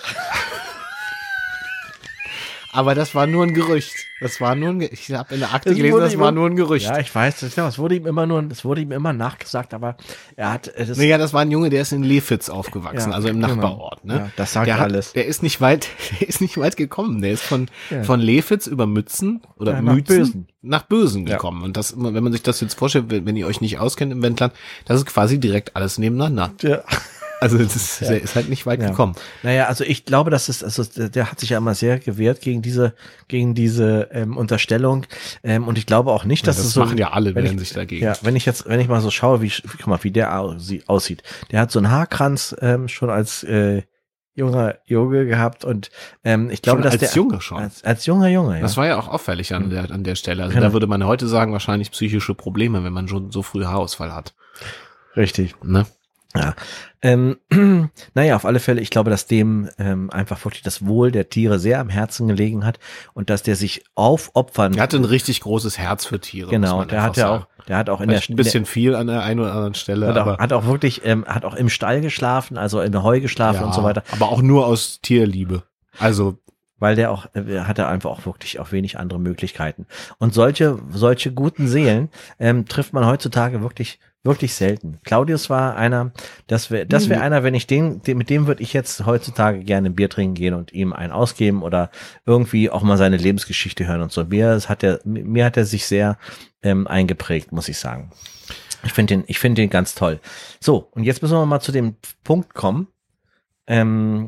Aber das war nur ein Gerücht. Das war nur ein Ge- Ich habe in der Akte Es gelesen, wurde das ihm- war nur ein Gerücht. Ja, ich weiß, das, es wurde ihm immer nur, es wurde ihm immer nachgesagt, aber er hat, äh, das, Naja, das war ein Junge, der ist in Lefitz aufgewachsen, Ja, also im genau. Nachbarort. Ne? Ja, das sagt der hat, alles. Der ist nicht weit, der ist nicht weit gekommen. Der ist von Ja. von Lefitz über Mützen oder Ja, nach Mützen Bösen. nach Bösen Ja. gekommen. Und das, wenn man sich das jetzt vorstellt, wenn wenn ihr euch nicht auskennt im Wendland, das ist quasi direkt alles nebeneinander. ja. Also das ist, der ist halt nicht weit Ja. gekommen. Naja, also ich glaube, dass es, also der, der hat sich ja immer sehr gewehrt gegen diese, gegen diese ähm, Unterstellung. Ähm, und ich glaube auch nicht, dass das es so. machen ja alle, wenn wehren ich, sich dagegen. Ja, wenn ich jetzt, wenn ich mal so schaue, wie, wie guck mal, wie der aussie- aussieht. Der hat so einen Haarkranz ähm, schon als äh, junger Junge gehabt und ähm, ich glaube, Schon dass als der Junge schon. als, als junger Junge, ja. Das war ja auch auffällig an der, an der Stelle. Also Genau. da würde man heute sagen, wahrscheinlich psychische Probleme, wenn man schon so früh Haarausfall hat. Richtig. Ne? Ja. Ähm, naja, auf alle Fälle, ich glaube, dass dem ähm, einfach wirklich das Wohl der Tiere sehr am Herzen gelegen hat und dass der sich aufopfern. Er hatte ein richtig großes Herz für Tiere. muss Genau, man der einfach hat ja sagen. auch, der hat auch in der, Vielleicht ein bisschen viel an der einen oder anderen Stelle, hat auch, aber, hat auch wirklich, ähm, hat auch im Stall geschlafen, also in der Heu geschlafen ja, und so weiter, aber auch nur aus Tierliebe. Also weil der auch, äh, hatte einfach auch wirklich auch wenig andere Möglichkeiten. Und solche, solche guten Seelen ähm, trifft man heutzutage wirklich, wirklich selten. Claudius war einer, das wäre, das wäre Mhm. einer, wenn ich den, den, mit dem würde ich jetzt heutzutage gerne ein Bier trinken gehen und ihm einen ausgeben oder irgendwie auch mal seine Lebensgeschichte hören und so. Mir das hat er, mir hat er sich sehr ähm, eingeprägt, muss ich sagen. Ich finde den, ich finde den ganz toll. So, und jetzt müssen wir mal zu dem Punkt kommen. Ähm,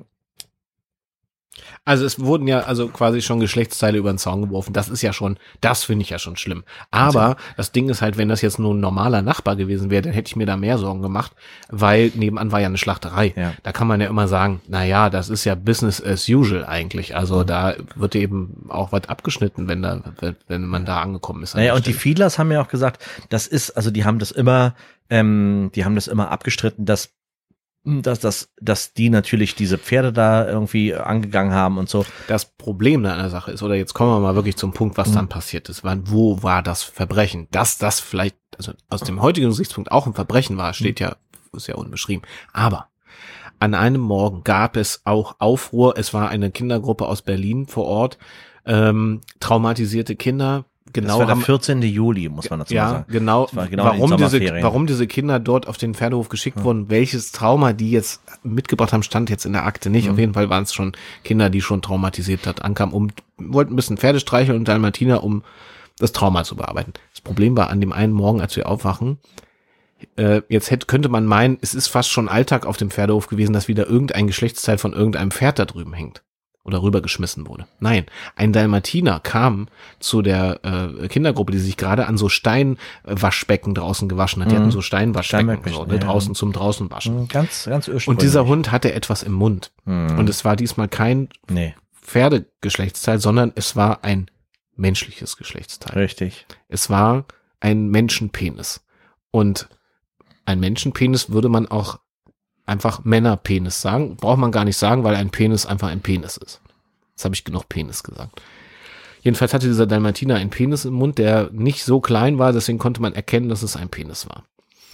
Also es wurden ja also quasi schon Geschlechtsteile über den Zaun geworfen. Das ist ja schon, das finde ich ja schon schlimm. Aber das Ding ist halt, wenn das jetzt nur ein normaler Nachbar gewesen wäre, dann hätte ich mir da mehr Sorgen gemacht, weil nebenan war ja eine Schlachterei. Ja. Da kann man ja immer sagen, na ja, das ist ja Business as usual eigentlich. Also da wird eben auch was abgeschnitten, wenn da, wenn, wenn man da angekommen ist. an Naja, der und die Stelle. Fiedlers haben ja auch gesagt, das ist, also die haben das immer, ähm, die haben das immer abgestritten, dass dass, dass, dass die natürlich diese Pferde da irgendwie angegangen haben und so. Das Problem da an der Sache ist, oder jetzt kommen wir mal wirklich zum Punkt, was Mhm. dann passiert ist. Wann, wo war das Verbrechen? Dass das vielleicht, also aus dem heutigen Gesichtspunkt auch ein Verbrechen war, steht ja, ist ja unbeschrieben. Aber an einem Morgen gab es auch Aufruhr. Es war eine Kindergruppe aus Berlin vor Ort, ähm, traumatisierte Kinder. Genau, Das war der haben, vierzehnten Juli, muss man dazu mal ja, sagen. genau, Das war genau in den warum diese, Sommerferien. warum diese Kinder dort auf den Pferdehof geschickt wurden, welches Trauma die jetzt mitgebracht haben, stand jetzt in der Akte nicht. Mhm. Auf jeden Fall waren es schon Kinder, die schon traumatisiert hat, ankamen, um, wollten ein bisschen Pferde streicheln und Dalmatiner, um das Trauma zu bearbeiten. Das Problem war an dem einen Morgen, als wir aufwachen, äh, jetzt hätte, könnte man meinen, es ist fast schon Alltag auf dem Pferdehof gewesen, dass wieder irgendein Geschlechtsteil von irgendeinem Pferd da drüben hängt oder rübergeschmissen wurde. Nein, ein Dalmatiner kam zu der äh, Kindergruppe, die sich gerade an so Steinwaschbecken draußen gewaschen hat. Die Mhm. hatten so Steinwaschbecken Steinwaschbecken, so, ne, ja. draußen zum draußen waschen. Mhm, Ganz, ganz ursprünglich. Und dieser Hund hatte etwas im Mund. Mhm. Und es war diesmal kein nee, Pferdegeschlechtsteil, sondern es war ein menschliches Geschlechtsteil. richtig. Es war ein Menschenpenis. Und ein Menschenpenis würde man auch einfach Männerpenis sagen. Braucht man gar nicht sagen, weil ein Penis einfach ein Penis ist. Jetzt habe ich genug Penis gesagt. Jedenfalls hatte dieser Dalmatiner einen Penis im Mund, der nicht so klein war, deswegen konnte man erkennen, dass es ein Penis war.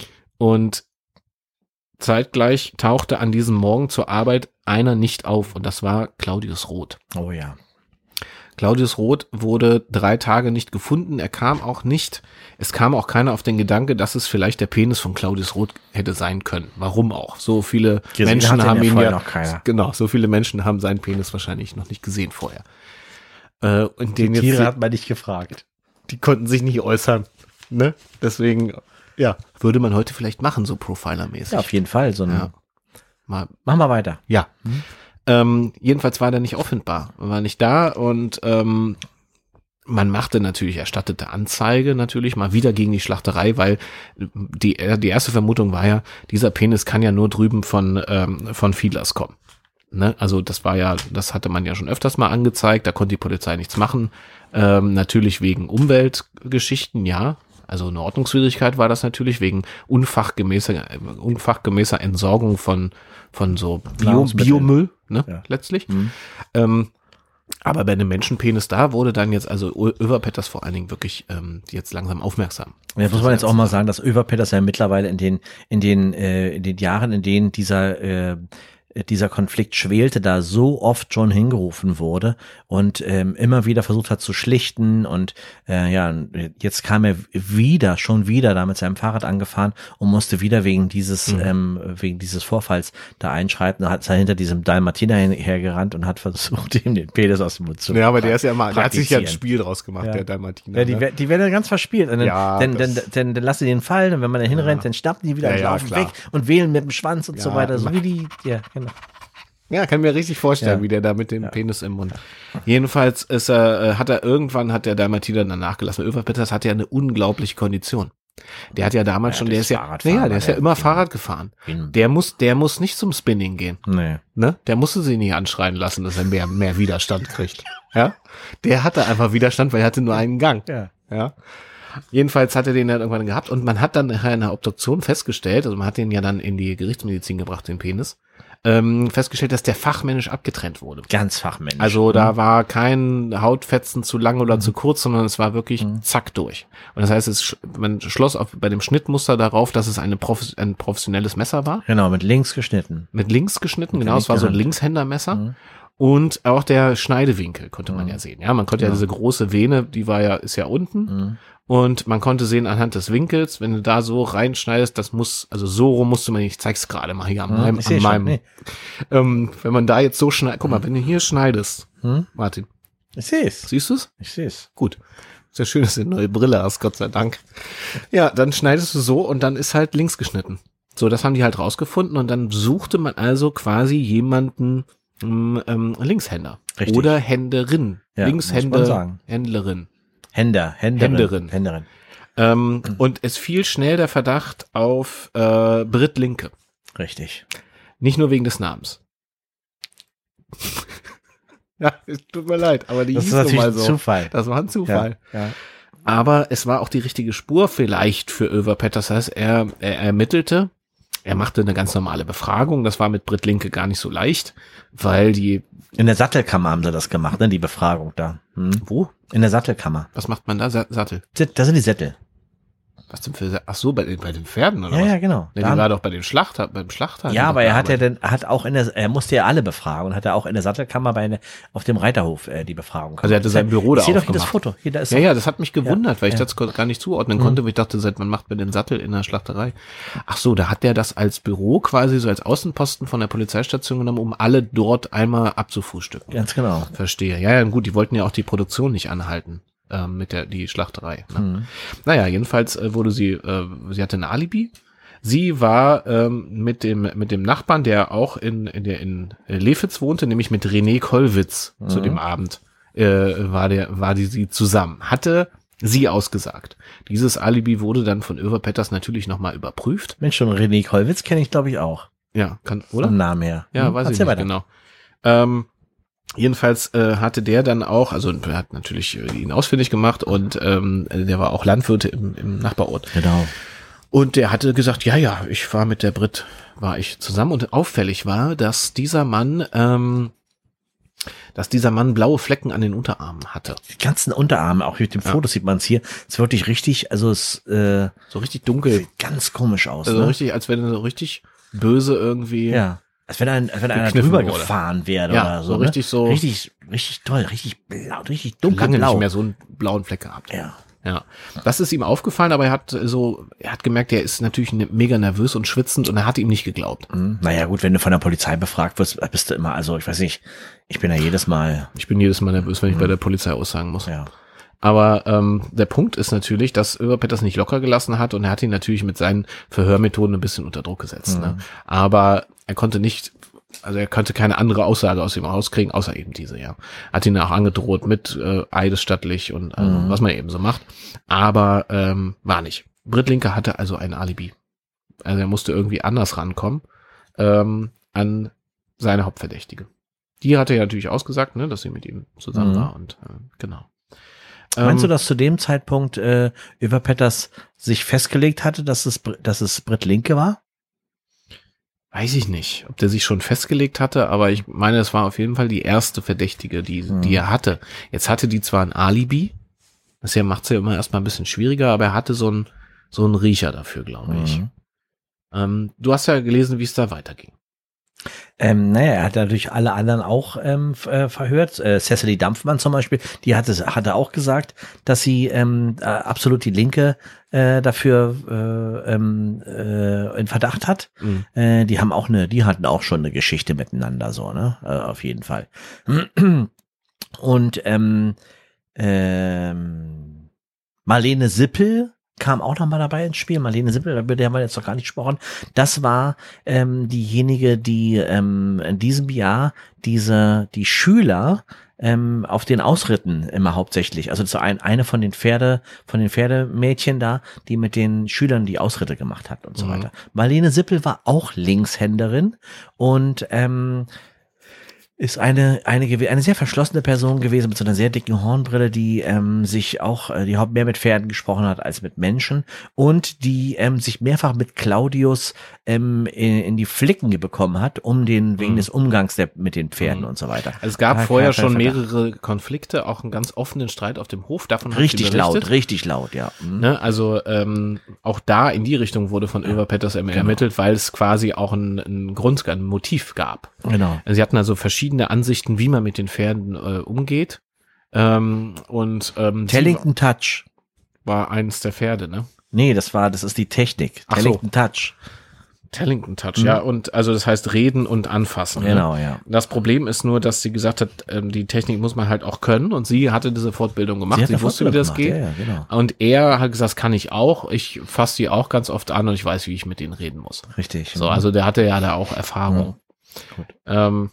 Und zeitgleich tauchte an diesem Morgen zur Arbeit einer nicht auf und das war Claudius Roth. Oh ja. Claudius Roth wurde drei Tage nicht gefunden. Er kam auch nicht. Es kam auch keiner auf den Gedanke, dass es vielleicht der Penis von Claudius Roth hätte sein können. Warum auch? So viele Gesehen Menschen hat ihn haben ja ihn vorher ja, noch keiner. genau, so viele Menschen haben seinen Penis wahrscheinlich noch nicht gesehen vorher. Äh, und den Die Tiere jetzt, hat man nicht gefragt. die konnten sich nicht äußern. Ne? Deswegen, ja, würde man heute vielleicht machen, so Profiler-mäßig. Ja, auf jeden Fall. So ein, Ja. Mal, Machen wir weiter. ja. Ähm, jedenfalls war der nicht auffindbar, war nicht da und ähm, man machte natürlich, erstattete Anzeige natürlich mal wieder gegen die Schlachterei, weil die, die erste Vermutung war ja, dieser Penis kann ja nur drüben von, ähm, von Fiedlers kommen. Ne? Also das war ja, das hatte man ja schon öfters mal angezeigt, da konnte die Polizei nichts machen. Ähm, natürlich wegen Umweltgeschichten, ja. Also eine Ordnungswidrigkeit war das natürlich, wegen unfachgemäßer, unfachgemäßer Entsorgung von, von so Bio, Biomüll, ne, ja. letztlich. Mhm. Ähm, aber bei einem Menschenpenis, da wurde dann jetzt also Över Petters vor allen Dingen wirklich ähm, jetzt langsam aufmerksam. Ja, muss man jetzt auch mal sagen, dass Över Petters ja mittlerweile in den, in den, äh, in den Jahren, in denen dieser, äh, dieser Konflikt schwelte, da so oft schon hingerufen wurde und ähm, immer wieder versucht hat zu schlichten und äh, ja, jetzt kam er wieder, schon wieder da mit seinem Fahrrad angefahren und musste wieder wegen dieses, mhm. ähm, wegen dieses Vorfalls da einschreiten. Da hat er hinter diesem Dalmatiner hergerannt und hat versucht, ihm den Penis aus dem Mund zu Ja, aber der ist ja mal, der hat sich ja ein Spiel draus gemacht, ja. der Dalmatiner. Ja, die, ne? die werden dann ganz verspielt. Und dann, ja, dann, dann, dann, dann, dann lassen die den fallen und wenn man da hinrennt, ja. dann schnappen die wieder ja, und ja, laufen klar. weg und wählen mit dem Schwanz und ja, so weiter. So wie die, ja, genau. Ja, kann mir richtig vorstellen, ja. wie der da mit dem ja. Penis im Mund. Jedenfalls ist er, hat er irgendwann, hat der Dalmatiner dann nachgelassen. Över Petters hat ja eine unglaubliche Kondition. Der hat ja damals ja, schon, der ist ja, naja, der ist ja immer Fahrrad gefahren. Der muss, der muss nicht zum Spinning gehen. Nee. Ne? Der musste sie nicht anschreien lassen, dass er mehr, mehr Widerstand kriegt. Ja? Der hatte einfach Widerstand, weil er hatte nur einen Gang. Ja. Ja. Jedenfalls hat er den dann irgendwann gehabt und man hat dann in einer Obduktion festgestellt, also man hat den ja dann in die Gerichtsmedizin gebracht, den Penis, ähm, festgestellt, dass der fachmännisch abgetrennt wurde. Ganz fachmännisch. Also mhm. da war kein Hautfetzen zu lang oder mhm. zu kurz, sondern es war wirklich mhm. zack durch. Und das heißt, es, man schloss auf, bei dem Schnittmuster darauf, dass es eine Prof, ein professionelles Messer war. Genau, mit links geschnitten. Mit links geschnitten, mit genau, es war so ein Linkshändermesser. Mhm. Und auch der Schneidewinkel konnte man mhm. ja sehen. Ja, man konnte ja, ja diese große Vene, die war ja, ist ja unten. Mhm. Und man konnte sehen anhand des Winkels, wenn du da so reinschneidest, das muss, also so rum musste man, ich zeig's gerade mal hier an meinem, hm, an meinem nee. ähm, wenn man da jetzt so schneidet, guck mal, wenn du hier schneidest, hm? Martin. Ich seh's. Siehst du's? Ich seh's. Gut. Ist ja schön, dass du eine neue Brille hast, Gott sei Dank. Ja, dann schneidest du so und dann ist halt links geschnitten. So, das haben die halt rausgefunden und dann suchte man also quasi jemanden, ähm, Linkshänder. Richtig. Oder Händerin. Ja, Linkshänder, Händlerin. Händer, Händerin. Händerin. Händerin. Ähm, mhm. Und es fiel schnell der Verdacht auf äh, Britt Linke. Richtig. Nicht nur wegen des Namens. Ja, es tut mir leid, aber die das hieß ist natürlich nun mal so. Zufall. Das war ein Zufall. Ja, ja. Aber es war auch die richtige Spur vielleicht für Över Petters. Das heißt, er, er ermittelte, er machte eine ganz normale Befragung. Das war mit Britt Linke gar nicht so leicht, weil die... In der Sattelkammer haben sie das gemacht, ne, die Befragung da. Hm? Wo? In der Sattelkammer. Was macht man da? Sa- Sattel? Das sind die Sättel. Was denn für, ach so, bei den, bei den Pferden oder ja, was? Ja, genau. Ne, die war doch bei den Schlachter, beim Schlachter. Ja, aber er hat ja dann, hat auch in der, er musste ja alle befragen und hat er auch in der Sattelkammer bei eine, auf dem Reiterhof äh, die Befragung gemacht. Also er hatte sein Büro da aufgemacht. Ich sehe doch hier das Foto. Hier, da ist ja, ja, das hat mich gewundert, ja, weil ich ja. das gar nicht zuordnen mhm. konnte, weil ich dachte, seit wann macht man den Sattel in der Schlachterei? Ach so, da hat der das als Büro quasi so als Außenposten von der Polizeistation genommen, um alle dort einmal abzufrühstücken. Ganz genau. Verstehe. Ja, ja, gut, die wollten ja auch die Produktion nicht anhalten. Mit der die Schlachterei. Ne? Mhm. Naja, jedenfalls äh, wurde sie, äh, sie hatte ein Alibi. Sie war ähm, mit dem mit dem Nachbarn, der auch in in der in Lefitz wohnte, nämlich mit René Kollwitz mhm. zu dem Abend äh, war der war die sie zusammen. Hatte sie ausgesagt. Dieses Alibi wurde dann von Över Petters natürlich nochmal überprüft. Mensch, schon René Kollwitz kenne ich glaube ich auch. Ja, kann oder? Vom Namen her. Ja, mhm. weiß Erzähl ich nicht weiter. genau. Ähm, Jedenfalls äh, hatte der dann auch, also er hat natürlich äh, ihn ausfindig gemacht und ähm, der war auch Landwirt im, im Nachbarort. Genau. Und der hatte gesagt, ja, ja, ich war mit der Brit, war ich zusammen und auffällig war, dass dieser Mann, ähm, dass dieser Mann blaue Flecken an den Unterarmen hatte. Die ganzen Unterarme, auch mit dem Foto ja. sieht man es hier, ist wirklich richtig, also es äh, so richtig dunkel. Sieht ganz komisch aus. Also ne? richtig, als wenn er so richtig böse irgendwie. Ja. Als wenn, ein, als wenn einer drüber wurde. gefahren wäre ja, oder so. so richtig ne? so. Richtig, richtig toll, richtig blau, richtig dunkelblau. Lange nicht mehr so einen blauen Fleck gehabt. Ja. Ja. Das ist ihm aufgefallen, aber er hat so, er hat gemerkt, er ist natürlich mega nervös und schwitzend und er hat ihm nicht geglaubt. Mhm. Naja, gut, wenn du von der Polizei befragt wirst, bist du immer, also ich weiß nicht, ich bin ja jedes Mal. Ich bin jedes Mal nervös, wenn ich mhm. bei der Polizei aussagen muss. Ja. Aber ähm, der Punkt ist natürlich, dass Över Petters nicht locker gelassen hat und er hat ihn natürlich mit seinen Verhörmethoden ein bisschen unter Druck gesetzt. Mhm. Ne? Aber er konnte nicht also er konnte keine andere Aussage aus ihm rauskriegen, außer eben diese, ja. Hat ihn auch angedroht mit äh, eidesstattlich und also, mhm. was man eben so macht. Aber ähm, war nicht. Britt Linke hatte also ein Alibi. Also er musste irgendwie anders rankommen ähm, an seine Hauptverdächtige. Die hatte ja natürlich ausgesagt, ne, dass sie mit ihm zusammen mhm. war und äh, genau. Meinst ähm, du, dass zu dem Zeitpunkt äh, Eva Petters sich festgelegt hatte, dass es, dass es Britt Linke war? Weiß ich nicht, ob der sich schon festgelegt hatte, aber ich meine, es war auf jeden Fall die erste Verdächtige, die, mhm. die er hatte. Jetzt hatte die zwar ein Alibi, das ja macht's ja immer erstmal ein bisschen schwieriger, aber er hatte so einen so einen Riecher dafür, glaube ich. Mhm. Ähm, du hast ja gelesen, wie es da weiterging. Ähm, naja, er hat natürlich alle anderen auch ähm, äh, verhört. Äh, Cecily Dampfmann zum Beispiel, die hatte, hatte auch gesagt, dass sie ähm, äh, absolut die Linke äh, dafür äh, ähm, äh, in Verdacht hat. Mhm. Äh, die haben auch eine, die hatten auch schon eine Geschichte miteinander, so, ne? Äh, auf jeden Fall. Und ähm, ähm, Marlene Sippel kam auch noch mal dabei ins Spiel. Marlene Sippel, über die haben wir jetzt noch gar nicht gesprochen. Das war ähm, diejenige, die ähm, in diesem Jahr diese die Schüler ähm, auf den Ausritten immer hauptsächlich, also so ein, eine von den Pferde, von den Pferdemädchen da, die mit den Schülern die Ausritte gemacht hat und so mhm. weiter. Marlene Sippel war auch Linkshänderin und ähm, ist eine, eine, eine sehr verschlossene Person gewesen mit so einer sehr dicken Hornbrille, die ähm, sich auch, äh, die mehr mit Pferden gesprochen hat als mit Menschen und die ähm, sich mehrfach mit Claudius ähm, in, in die Flicken bekommen hat, um den, wegen mhm. des Umgangs der, mit den Pferden mhm. und so weiter. Also es gab da vorher schon mehrere Konflikte, auch einen ganz offenen Streit auf dem Hof, davon richtig laut, richtig laut, ja. Mhm. Ne, also ähm, auch da in die Richtung wurde von Ylva Petters genau. ermittelt, weil es quasi auch ein, ein Grund, ein Motiv gab. Genau. Also sie hatten also verschiedene Ansichten, wie man mit den Pferden äh, umgeht. Ähm, und ähm, Tellington Touch war eines der Pferde, ne? Nee, das war, das ist die Technik. Ach Tellington so. Touch. Tellington Touch, Mhm. ja. Und also das heißt reden und anfassen. Genau, ne? ja. Das Problem ist nur, dass sie gesagt hat, ähm, die Technik muss man halt auch können. Und sie hatte diese Fortbildung gemacht. Sie, sie wusste, wie das gemacht. geht. Ja, ja, genau. Und er hat gesagt, das kann ich auch. Ich fasse die auch ganz oft an und ich weiß, wie ich mit denen reden muss. Richtig. So, also der hatte ja da auch Erfahrung. Mhm. Gut. Ähm,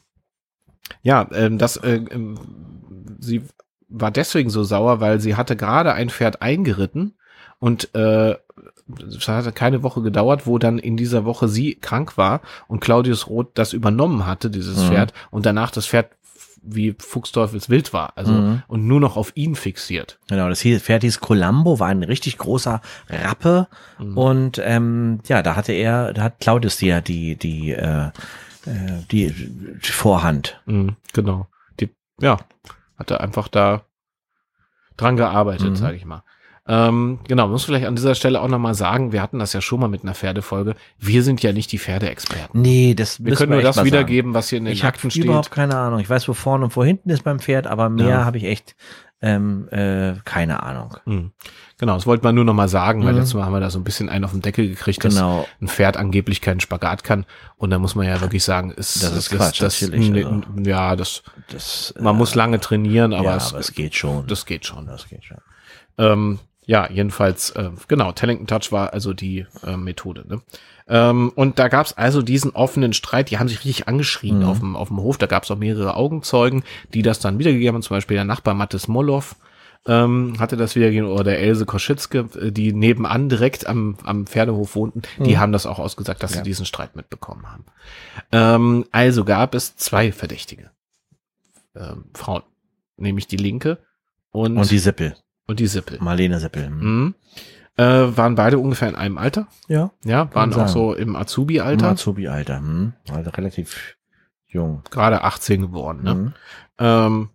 ja, ähm, das, äh, ähm, sie war deswegen so sauer, weil sie hatte gerade ein Pferd eingeritten und äh, es hatte keine Woche gedauert, wo dann in dieser Woche sie krank war und Claudius Roth das übernommen hatte, dieses mhm. Pferd, und danach das Pferd wie Fuchsteufelswild war, also mhm. und nur noch auf ihn fixiert. Genau, das Pferd hieß Columbo, war ein richtig großer Rappe mhm. und ähm, ja, da hatte er, da hat Claudius ja die, die, äh, die, die Vorhand. Mhm, genau. Die, ja, hat er einfach da dran gearbeitet, mhm. sage ich mal. Ähm, genau, muss vielleicht an dieser Stelle auch nochmal sagen, wir hatten das ja schon mal mit einer Pferdefolge. Wir sind ja nicht die Pferdeexperten. Nee, das wir können nur das wiedergeben, was hier in den ich Akten steht. Ich habe überhaupt keine Ahnung. Ich weiß, wo vorne und wo hinten ist beim Pferd, aber mehr ja. habe ich echt ähm, äh, keine Ahnung. Mhm. Genau, das wollte man nur nochmal sagen, weil mhm. letztes Mal haben wir da so ein bisschen einen auf den Deckel gekriegt, genau. dass ein Pferd angeblich keinen Spagat kann. Und da muss man ja wirklich sagen, ist, das ist Quatsch, das, das, natürlich. Also. Ja, das, das man äh, muss lange trainieren, aber, ja, es, aber es geht schon. Das geht schon. Das geht schon. Ähm, ja, jedenfalls, äh, genau, Tellington Touch war also die äh, Methode. Ne? Ähm, und da gab's also diesen offenen Streit, die haben sich richtig angeschrien mhm. auf dem auf dem Hof. Da gab's auch mehrere Augenzeugen, die das dann wiedergegeben haben, zum Beispiel der Nachbar Mathis Mollow ähm, hatte das wiedergegeben, oder der Else Koschitzke, die nebenan direkt am am Pferdehof wohnten, mhm. die haben das auch ausgesagt, dass ja. sie diesen Streit mitbekommen haben. Ähm, also gab es zwei Verdächtige ähm, Frauen, nämlich die Linke und, und die Sippel. Und die Sippel. Marlene Sippel. Mhm. Äh, waren beide ungefähr in einem Alter. Ja. Ja, waren auch so im Azubi-Alter. Im Azubi-Alter, hm. Also relativ jung. Gerade achtzehn geworden, ne? Mhm. Ähm,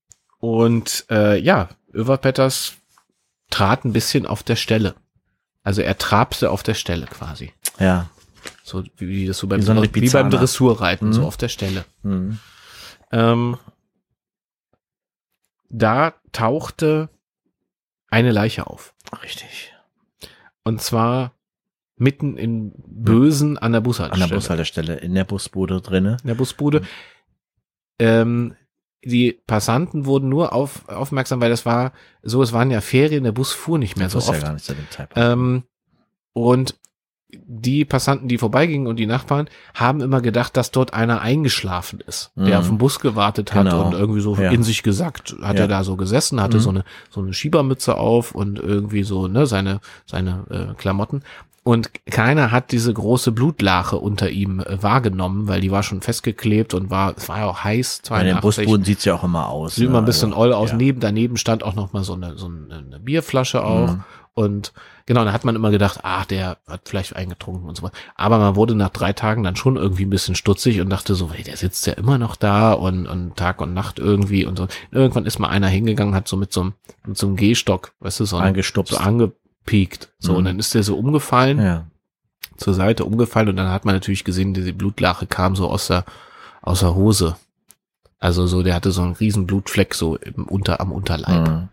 und äh, ja, Ylva Petters trat ein bisschen auf der Stelle. Also er trabte auf der Stelle quasi. Ja. So wie das so beim, wie, so wie beim Dressurreiten, mhm. so auf der Stelle. Mhm. Ähm, da tauchte eine Leiche auf. Richtig. Und zwar mitten in Bösen an der Bushaltestelle. An der Bushaltestelle, in der Busbude drinne. In der Busbude. Ähm, die Passanten wurden nur auf, aufmerksam, weil das war so, es waren ja Ferien, der Bus fuhr nicht mehr das so oft. Ja gar nicht zu dem Zeitpunkt. Ähm, und die Passanten, die vorbeigingen und die Nachbarn, haben immer gedacht, dass dort einer eingeschlafen ist, der Mhm. auf den Bus gewartet hat Genau. und irgendwie so Ja. in sich gesackt, hat Ja. er da so gesessen, hatte Mhm. so eine so eine Schiebermütze auf und irgendwie so ne seine seine äh, Klamotten. Und keiner hat diese große Blutlache unter ihm äh, wahrgenommen, weil die war schon festgeklebt und war, es war ja auch heiß, Bei den zweiundachtzig. Busbuden sieht's ja auch immer aus. Sieht immer ein bisschen also, oll aus. ja. Neben, daneben stand auch noch mal so eine, so eine, eine Bierflasche auch. Mhm. Und genau, da hat man immer gedacht, ach, der hat vielleicht eingetrunken und so weiter. Aber man wurde nach drei Tagen dann schon irgendwie ein bisschen stutzig und dachte so, hey, der sitzt ja immer noch da und, und Tag und Nacht irgendwie und so. Irgendwann ist mal einer hingegangen, hat so mit so einem, mit so einem Gehstock, weißt du, so, ein, Angestupst. so angepiekt. So, Mhm. und dann ist der so umgefallen, Ja. zur Seite umgefallen und dann hat man natürlich gesehen, diese Blutlache kam so aus der, aus der Hose. Also so, der hatte so einen riesen Blutfleck so im Unter, am Unterleib. Mhm.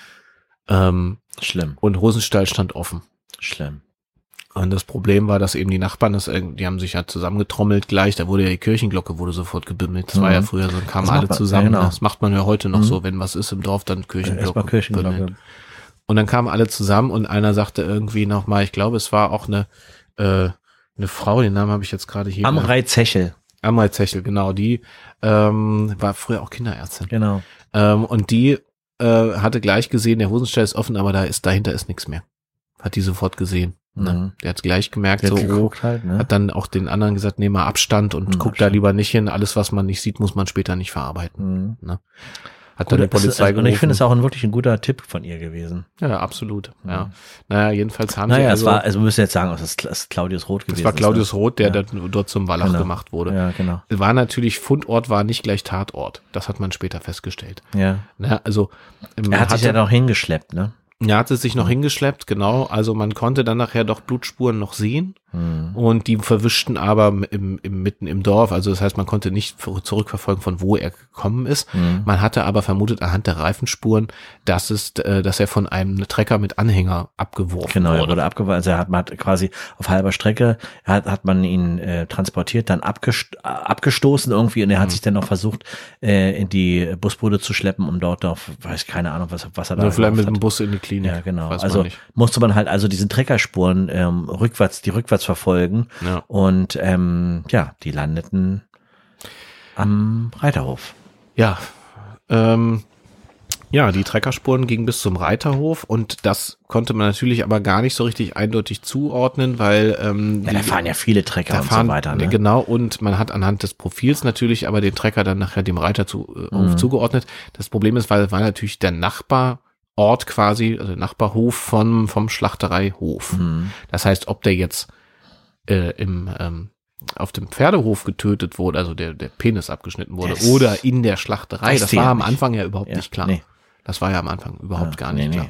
Ähm, Schlimm. und Hosenstall stand offen. Schlimm. Und das Problem war, dass eben die Nachbarn, das, die haben sich ja zusammengetrommelt gleich, da wurde ja die Kirchenglocke wurde sofort gebimmelt. Das Mhm. war ja früher so, kamen Das macht alle man- zusammen. ja, genau. Das macht man ja heute noch Mhm. so, wenn was ist im Dorf, dann Kirchenglocke. Erstmal Kirchenglocke. bimmeln. Und dann kamen alle zusammen und einer sagte irgendwie nochmal, ich glaube, es war auch eine, äh, eine Frau, den Namen habe ich jetzt gerade hier. Amrei Zechel. Amrei Zechel, genau, die ähm, war früher auch Kinderärztin. Genau. Ähm, und die äh, hatte gleich gesehen, der Hosenstall ist offen, aber da ist dahinter ist nichts mehr. Hat die sofort gesehen. Ne? Mhm. Der hat gleich gemerkt, Der so, hat oh, geguckt halt, ne? hat dann auch den anderen gesagt, nehme mal Abstand und Mhm, guck da Abstand. lieber nicht hin. Alles, was man nicht sieht, muss man später nicht verarbeiten. Mhm. Hat Gut, dann die das ist- Polizei also, und ich finde es gerufen. auch ein wirklich ein guter Tipp von ihr gewesen. Ja, absolut. Ja. Mhm. Naja, jedenfalls haben sie Naja, also, es war, also wir müssen jetzt sagen, es ist, es ist Claudius Roth gewesen. es war Claudius ist, Roth, der Ja. dann dort zum Wallach Genau. gemacht wurde. Ja, genau. War natürlich, Fundort war nicht gleich Tatort. Das hat man später festgestellt. Ja. Na, also, Er man hat sich ja noch hingeschleppt, ne? er hatte sich noch hingeschleppt, genau. Also man konnte dann nachher doch Blutspuren noch sehen. Mhm. Und die verwischten aber im, im, mitten im Dorf. Also das heißt, man konnte nicht zurückverfolgen, von wo er gekommen ist. Mhm. Man hatte aber vermutet anhand der Reifenspuren, dass es, äh, dass er von einem Trecker mit Anhänger abgeworfen Genau, er wurde. wurde abgeworfen. Also er hat, man hat quasi auf halber Strecke hat, hat man ihn äh, transportiert, dann abgest äh, abgestoßen irgendwie und er hat Mhm. sich dann noch versucht, äh, in die Busbude zu schleppen, um dort noch, weiß keine Ahnung, was, was er da Oder vielleicht mit gemacht dem hat. Bus in die Klinik. Ja, genau. Weiß Also man nicht. musste man halt also diesen Treckerspuren ähm, rückwärts, die rückwärts verfolgen Ja. und ähm, ja, die landeten am Reiterhof. Ja, ähm, ja, die Treckerspuren gingen bis zum Reiterhof und das konnte man natürlich aber gar nicht so richtig eindeutig zuordnen, weil ähm, Ja, da die- fahren ja viele Trecker da und fahren, so weiter. Ne? Genau, und man hat anhand des Profils natürlich aber den Trecker dann nachher dem Reiter zu, äh, Mhm. zugeordnet. Das Problem ist, weil war natürlich der Nachbarort quasi, also der Nachbarhof vom, vom Schlachtereihof. Mhm. Das heißt, ob der jetzt äh, im ähm, auf dem Pferdehof getötet wurde, also der, der Penis abgeschnitten wurde, Das oder in der Schlachterei, weißt das du war ja am nicht. Anfang ja überhaupt Ja, nicht klar. nee. Das war ja am Anfang überhaupt Ja, gar nicht nee, klar. nee.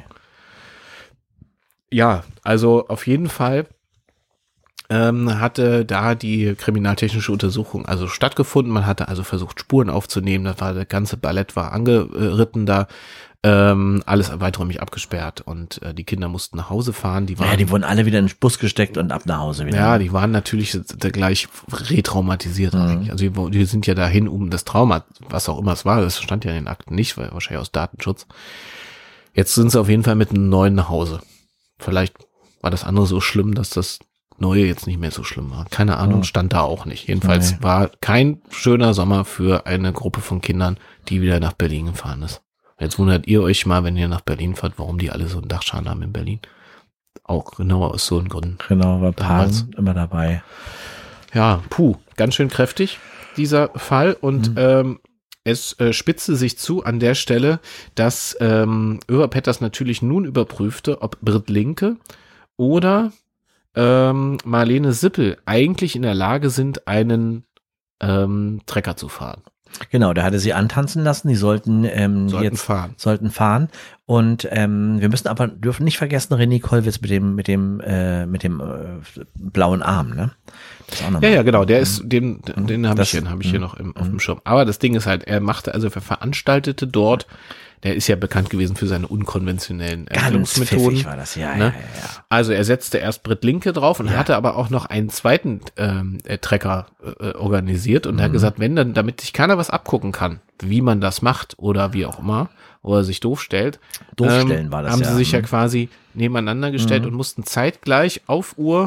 Ja, also auf jeden Fall ähm, hatte da die kriminaltechnische Untersuchung also stattgefunden. Man hatte also versucht, Spuren aufzunehmen. Das war, der ganze Ballett war angeritten da. Ähm, alles weiträumig abgesperrt und äh, die Kinder mussten nach Hause fahren. Die waren, Ja, die wurden alle wieder in den Bus gesteckt und ab nach Hause wieder. ja, die waren natürlich gleich retraumatisiert Mhm. eigentlich. Also die, die sind ja dahin, um das Trauma, was auch immer es war, das stand ja in den Akten nicht, weil wahrscheinlich aus Datenschutz. Jetzt sind sie auf jeden Fall mit einem neuen nach Hause. Vielleicht war das andere so schlimm, dass das Neue jetzt nicht mehr so schlimm war. Keine Ahnung, Mhm. stand da auch nicht. Jedenfalls Nee. war kein schöner Sommer für eine Gruppe von Kindern, die wieder nach Berlin gefahren ist. Jetzt wundert ihr euch mal, wenn ihr nach Berlin fahrt, warum die alle so einen Dachschaden haben in Berlin. Auch genau aus so einem Grund. Genau, war Damals. Pan immer dabei. Ja, puh, ganz schön kräftig, dieser Fall. Und Mhm. ähm, es äh, spitzte sich zu an der Stelle, dass ähm, Överpetters natürlich nun überprüfte, ob Britt Linke oder ähm, Marlene Sippel eigentlich in der Lage sind, einen ähm, Trecker zu fahren. Genau, der hatte sie antanzen lassen, die sollten, ähm, Sollten jetzt fahren. sollten fahren und ähm, wir müssen aber dürfen nicht vergessen René Kollwitz mit dem mit dem äh, mit dem äh, blauen Arm, ne? Das ist auch noch Ja, mal- ja, genau, der ist, den, den habe ich Das- hier, habe ich hier noch im, auf dem Schirm. Aber das Ding ist halt, er machte, also er veranstaltete dort, der ist ja bekannt gewesen für seine unkonventionellen Ganz Ermittlungsmethoden. pfiffig war das, ja, ne? ja, ja, ja. Also er setzte erst Britt Linke drauf und Ja. hatte aber auch noch einen zweiten ähm, äh, Trecker äh, organisiert und Mhm. er hat gesagt, wenn dann, damit sich keiner was abgucken kann, wie man das macht oder wie auch immer, oder sich doof stellt, Doof stellen war das, haben ja. sie sich ja Mhm. quasi nebeneinander gestellt Mhm. und mussten zeitgleich auf Uhr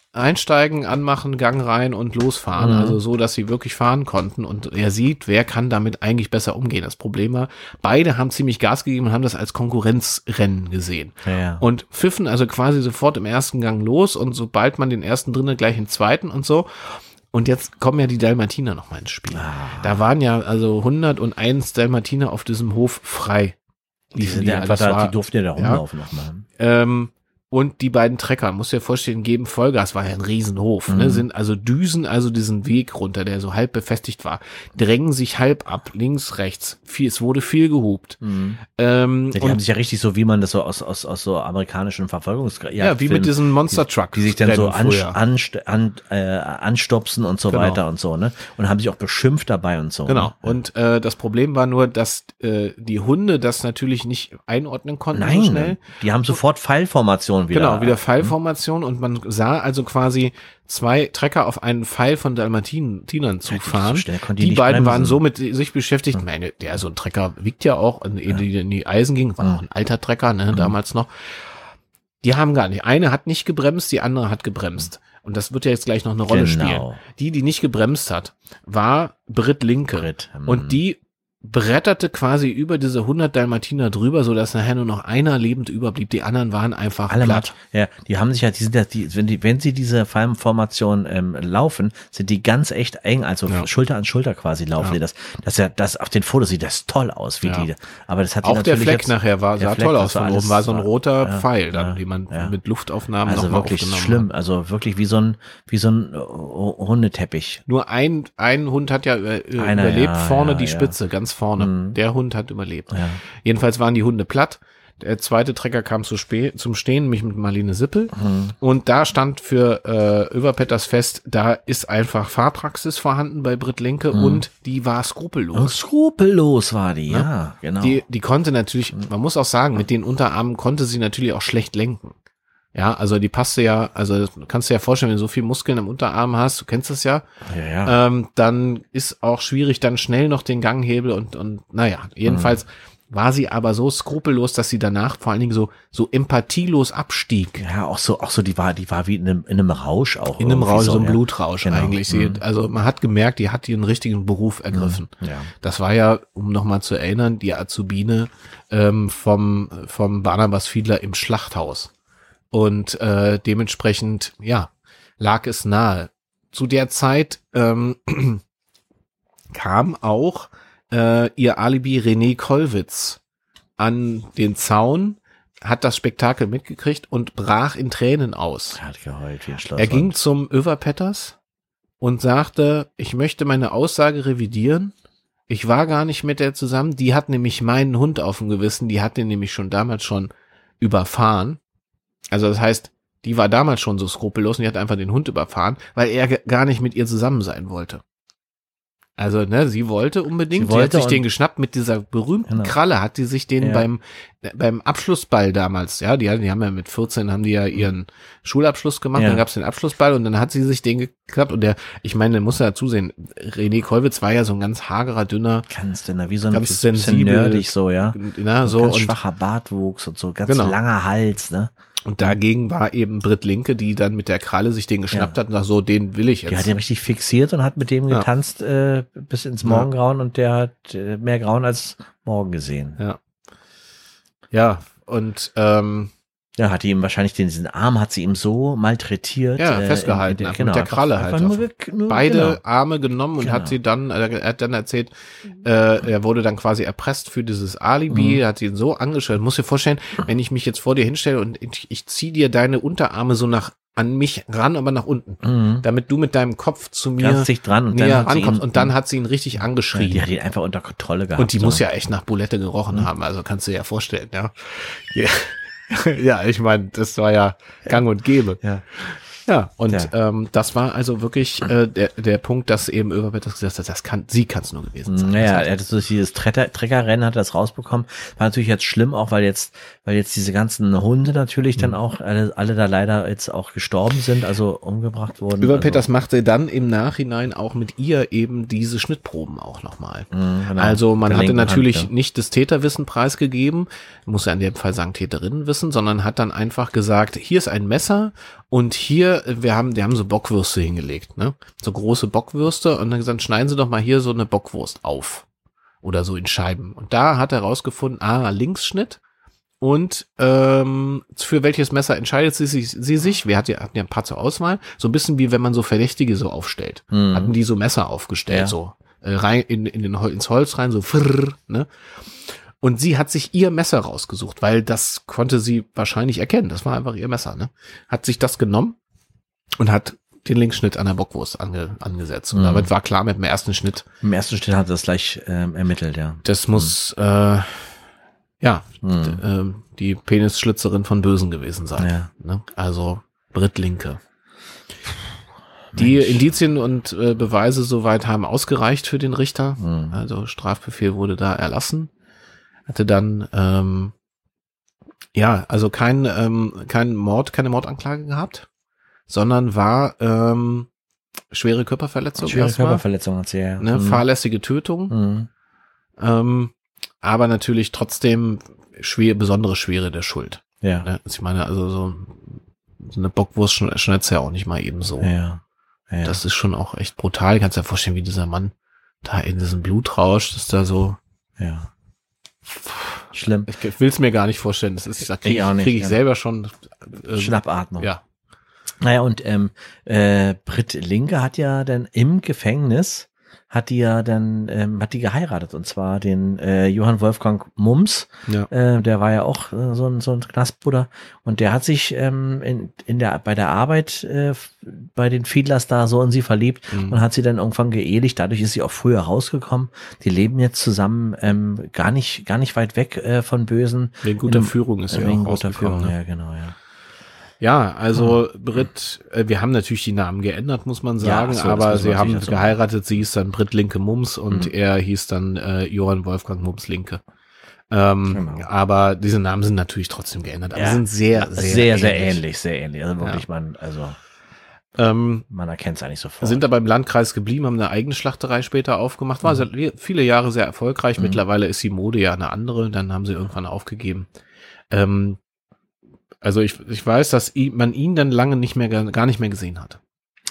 einsteigen, anmachen, Gang rein und losfahren. Mhm. Also so, dass sie wirklich fahren konnten. Und er sieht, wer kann damit eigentlich besser umgehen. Das Problem war, beide haben ziemlich Gas gegeben und haben das als Konkurrenzrennen gesehen. Ja, ja. Und pfiffen also quasi sofort im ersten Gang los und sobald man den ersten drinne, gleich den zweiten und so. Und jetzt kommen ja die Dalmatiner noch mal ins Spiel. Ah. Da waren ja also hunderteins Dalmatiner auf diesem Hof frei. Die, sind ja einfach da, die durften ja da rumlaufen ja. nochmal. Ähm, und die beiden Trecker, muss dir vorstellen, geben Vollgas, war ja ein Riesenhof, mhm. ne, sind also Düsen, also diesen Weg runter, der so halb befestigt war, drängen sich halb ab, links, rechts, viel, es wurde viel gehupt. Mhm. Ähm, ja, die haben sich ja richtig so, wie man das so aus, aus, aus so amerikanischen Verfolgungsjagden. Ja, wie mit diesen Monster Trucks. Die, die sich dann so anst, anst, an, äh, anstopsen und so genau. weiter und so, ne, und haben sich auch beschimpft dabei und so. Genau, ne? und äh, das Problem war nur, dass äh, die Hunde das natürlich nicht einordnen konnten Nein, so schnell. Die haben sofort Pfeilformation wieder. Genau, wieder Pfeilformation und man sah also quasi zwei Trecker auf einen Pfeil von Dalmatinern zufahren. So schnell, die, die beiden bremsen. Waren so mit sich beschäftigt. Ich meine, der so ein Trecker wiegt ja auch, in, in, die, in die Eisen ging, war ja. auch ein alter Trecker, ne, mhm. damals noch. Die haben gar nicht. Eine hat nicht gebremst, die andere hat gebremst. Und das wird ja jetzt gleich noch eine Rolle genau. spielen. Die, die nicht gebremst hat, war Britt Linke. Britt, hm. Und die bretterte quasi über diese hundert Dalmatiner drüber, so dass nachher nur noch einer lebend überblieb. Die anderen waren einfach Alle platt. Ja, die haben sich ja, die sind ja, die, wenn die, wenn sie diese Pfeilformation ähm, laufen, sind die ganz echt eng, also ja. Schulter an Schulter quasi laufen. Ja. Die das, das ja, das auf den Fotos sieht das toll aus, wie ja. die. Aber das hat die auch der Fleck jetzt, nachher war sah Fleck, toll aus. Von alles, oben war so ein roter ja, Pfeil, dann, ja, den man ja. mit Luftaufnahmen also nochmal wirklich aufgenommen schlimm, hat. also wirklich wie so ein wie so ein Hundeteppich. Nur ein ein Hund hat ja über, Einer, überlebt, ja, vorne ja, die ja. Spitze, ganz vorne. Mhm. Der Hund hat überlebt. Ja. Jedenfalls waren die Hunde platt. Der zweite Trecker kam zu spä- zum Stehen, mich mit Marlene Sippel. Mhm. Und da stand für äh, Överpetters fest, da ist einfach Fahrpraxis vorhanden bei Britt Linke mhm. und die war skrupellos. Und skrupellos war die, ja, ja genau. Die, die konnte natürlich, man muss auch sagen, mit den Unterarmen konnte sie natürlich auch schlecht lenken. Ja, also die passte ja, also du kannst dir ja vorstellen, wenn du so viel Muskeln im Unterarm hast, du kennst das ja, ja, ja. Ähm, dann ist auch schwierig, dann schnell noch den Ganghebel und, und naja, jedenfalls mhm. war sie aber so skrupellos, dass sie danach vor allen Dingen so, so empathielos abstieg. Ja, auch so, auch so, die war, die war wie in einem, in einem Rausch auch. In einem Rausch, so, so ein ja. Blutrausch genau. eigentlich. Sie, mhm. also man hat gemerkt, die hat ihren richtigen Beruf ergriffen. Mhm. Ja. Das war ja, um nochmal zu erinnern, die Azubine ähm, vom, vom Barnabas Fiedler im Schlachthaus. Und äh, dementsprechend, ja, lag es nahe. Zu der Zeit ähm, kam auch äh, ihr Alibi René Kollwitz an den Zaun, hat das Spektakel mitgekriegt und brach in Tränen aus. Er hat geheult wie ein Schloss. Er ging zum Överpetters und sagte, ich möchte meine Aussage revidieren. Ich war gar nicht mit der zusammen. Die hat nämlich meinen Hund auf dem Gewissen. Die hat den nämlich schon damals schon überfahren. Also das heißt, die war damals schon so skrupellos und die hat einfach den Hund überfahren, weil er g- gar nicht mit ihr zusammen sein wollte. Also, ne, sie wollte unbedingt, sie, wollte sie hat sich den geschnappt mit dieser berühmten genau. Kralle, hat die sich den ja. beim beim Abschlussball damals, ja, die, die haben ja mit vierzehn, haben die ja ihren Schulabschluss gemacht, ja. dann gab's den Abschlussball und dann hat sie sich den geklappt und der, ich meine, der muss ja zusehen, René Kollwitz war ja so ein ganz hagerer, dünner, ganz dünner, wie so ein ganz bisschen sensibel, nerdig so, ja, na, so ganz und schwacher Bartwuchs und so, ganz genau. langer Hals, ne. Und dagegen war eben Britt Linke, die dann mit der Kralle sich den geschnappt ja. hat und sagt, so, den will ich jetzt. Die hat ihn richtig fixiert und hat mit dem ja. getanzt äh, bis ins Morgengrauen ja. und der hat äh, mehr Grauen als Morgen gesehen. Ja. Ja, und ähm, ja, hat die ihm wahrscheinlich den, diesen Arm hat sie ihm so malträtiert. Ja, festgehalten, äh, in, in, genau, mit der Kralle halt. Nur, nur, Beide genau. Arme genommen und genau. hat sie dann, er hat dann erzählt, äh, er wurde dann quasi erpresst für dieses Alibi, mhm. hat sie ihn so angestellt. Muss dir vorstellen, wenn ich mich jetzt vor dir hinstelle und ich, ich zieh dir deine Unterarme so nach an mich ran, aber nach unten, mhm. damit du mit deinem Kopf zu mir Ganz dicht dran und näher dann rankommst. Ihn, und dann hat sie ihn richtig angeschrien. Ja, die hat ihn einfach unter Kontrolle gehabt. Und die so. muss ja echt nach Bulette gerochen mhm. haben, also kannst du dir ja vorstellen, ja. Yeah. Ja, ich meine, das war ja gang und gäbe. Ja. Ja, und ja. Ähm, das war also wirklich äh, der der Punkt, dass eben Överpetters gesagt hat, das kann, sie kann es nur gewesen sein. Naja, er hat so dieses Trecker, Treckerrennen hat das rausbekommen. War natürlich jetzt schlimm, auch weil jetzt, weil jetzt diese ganzen Hunde natürlich mhm. dann auch alle, alle da leider jetzt auch gestorben sind, also umgebracht wurden. Överpetters also. machte dann im Nachhinein auch mit ihr eben diese Schnittproben auch nochmal. Mhm, genau. Also man Der hatte natürlich Hand, ja. nicht das Täterwissen preisgegeben, muss ja in dem Fall sagen Täterinnenwissen, sondern hat dann einfach gesagt, hier ist ein Messer und hier hier, wir haben, die haben so Bockwürste hingelegt, ne? So große Bockwürste und dann gesagt, schneiden Sie doch mal hier so eine Bockwurst auf. Oder so in Scheiben. Und da hat er rausgefunden, ah, Linksschnitt. Und ähm, für welches Messer entscheidet sie sich? Sie sich? Wir hatten ja, hatten ja ein paar zur Auswahl. So ein bisschen wie wenn man so Verdächtige so aufstellt. Mhm. Hatten die so Messer aufgestellt, ja. so äh, rein in, in den Hol- ins Holz rein, so frrr, ne? Und sie hat sich ihr Messer rausgesucht, weil das konnte sie wahrscheinlich erkennen. Das war einfach ihr Messer, ne? Hat sich das genommen und hat den Linksschnitt an der Bockwurst ange, angesetzt. Und mhm. damit war klar, mit dem ersten Schnitt. Im ersten Schnitt hat er das gleich ähm, ermittelt, ja. Das muss, mhm. äh, ja, mhm. d- äh, die Penisschlitzerin von Bösen gewesen sein. Ja. Ne? Also Britt Linke. Die Mensch. Indizien und äh, Beweise soweit haben ausgereicht für den Richter. Mhm. Also Strafbefehl wurde da erlassen. Hatte dann, ähm, ja, also kein, ähm, kein Mord, keine Mordanklage gehabt, sondern war ähm, schwere Körperverletzung. Schwere Körperverletzung hat sie, ja. Ne, mhm. Fahrlässige Tötung. Mhm. Ähm, aber natürlich trotzdem schwer, besondere Schwere der Schuld. Ja. Ne? Ich meine, also so, so eine Bockwurst schneidet ja auch nicht mal eben so. Ja. Ja. Das ist schon auch echt brutal. Du kannst dir vorstellen, wie dieser Mann da in diesem Blutrausch, das da so. Ja. Schlimm. Ich will es mir gar nicht vorstellen. Das ist, da kriege ich, krieg ich ja. selber schon äh, Schnappatmung. Ja. Naja, und ähm, äh, Britt Linke hat ja dann im Gefängnis hat die ja dann ähm, hat die geheiratet, und zwar den äh, Johann Wolfgang Mums. Ja. Äh, der war ja auch äh, so ein so ein Knastbruder, und der hat sich ähm, in in der bei der Arbeit äh, bei den Fiedlers da so in sie verliebt mhm. und hat sie dann irgendwann geehelicht. Dadurch ist sie auch früher rausgekommen. Die leben jetzt zusammen, ähm, gar nicht gar nicht weit weg äh, von Bösen. Wegen guter in, Führung ist äh, ja wegen auch guter Führung, ne? Ja, genau, ja. Ja, also Britt, äh, wir haben natürlich die Namen geändert, muss man sagen, ja, so, aber sie haben geheiratet, sie hieß dann Britt Linke Mums und mhm. er hieß dann äh, Johann Wolfgang Mums Linke. Ähm, genau. Aber diese Namen sind natürlich trotzdem geändert, aber ja. sind sehr, sehr, sehr, ähnlich. sehr ähnlich, sehr ähnlich. Also wirklich, ja. man, also ähm, man erkennt es eigentlich sofort. Sind da beim Landkreis geblieben, haben eine eigene Schlachterei später aufgemacht, war mhm. sehr, viele Jahre sehr erfolgreich. Mhm. Mittlerweile ist die Mode ja eine andere, dann haben sie irgendwann aufgegeben. Ähm, Also ich, ich weiß, dass man ihn dann lange nicht mehr, gar nicht mehr gesehen hat.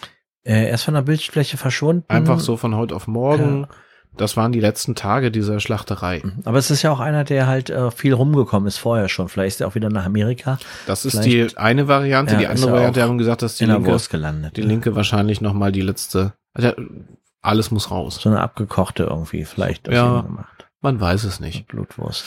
Er ist von der Bildfläche verschwunden. Einfach so von heute auf morgen. Ja. Das waren die letzten Tage dieser Schlachterei. Aber es ist ja auch einer, der halt äh, viel rumgekommen ist vorher schon. Vielleicht ist er auch wieder nach Amerika. Das ist Vielleicht, die eine Variante. Ja, die andere Variante haben gesagt, dass die in Linke, Wurst gelandet, die Linke wahrscheinlich nochmal die letzte, also alles muss raus. So eine abgekochte irgendwie vielleicht. Ja, gemacht. Man weiß es nicht. Blutwurst.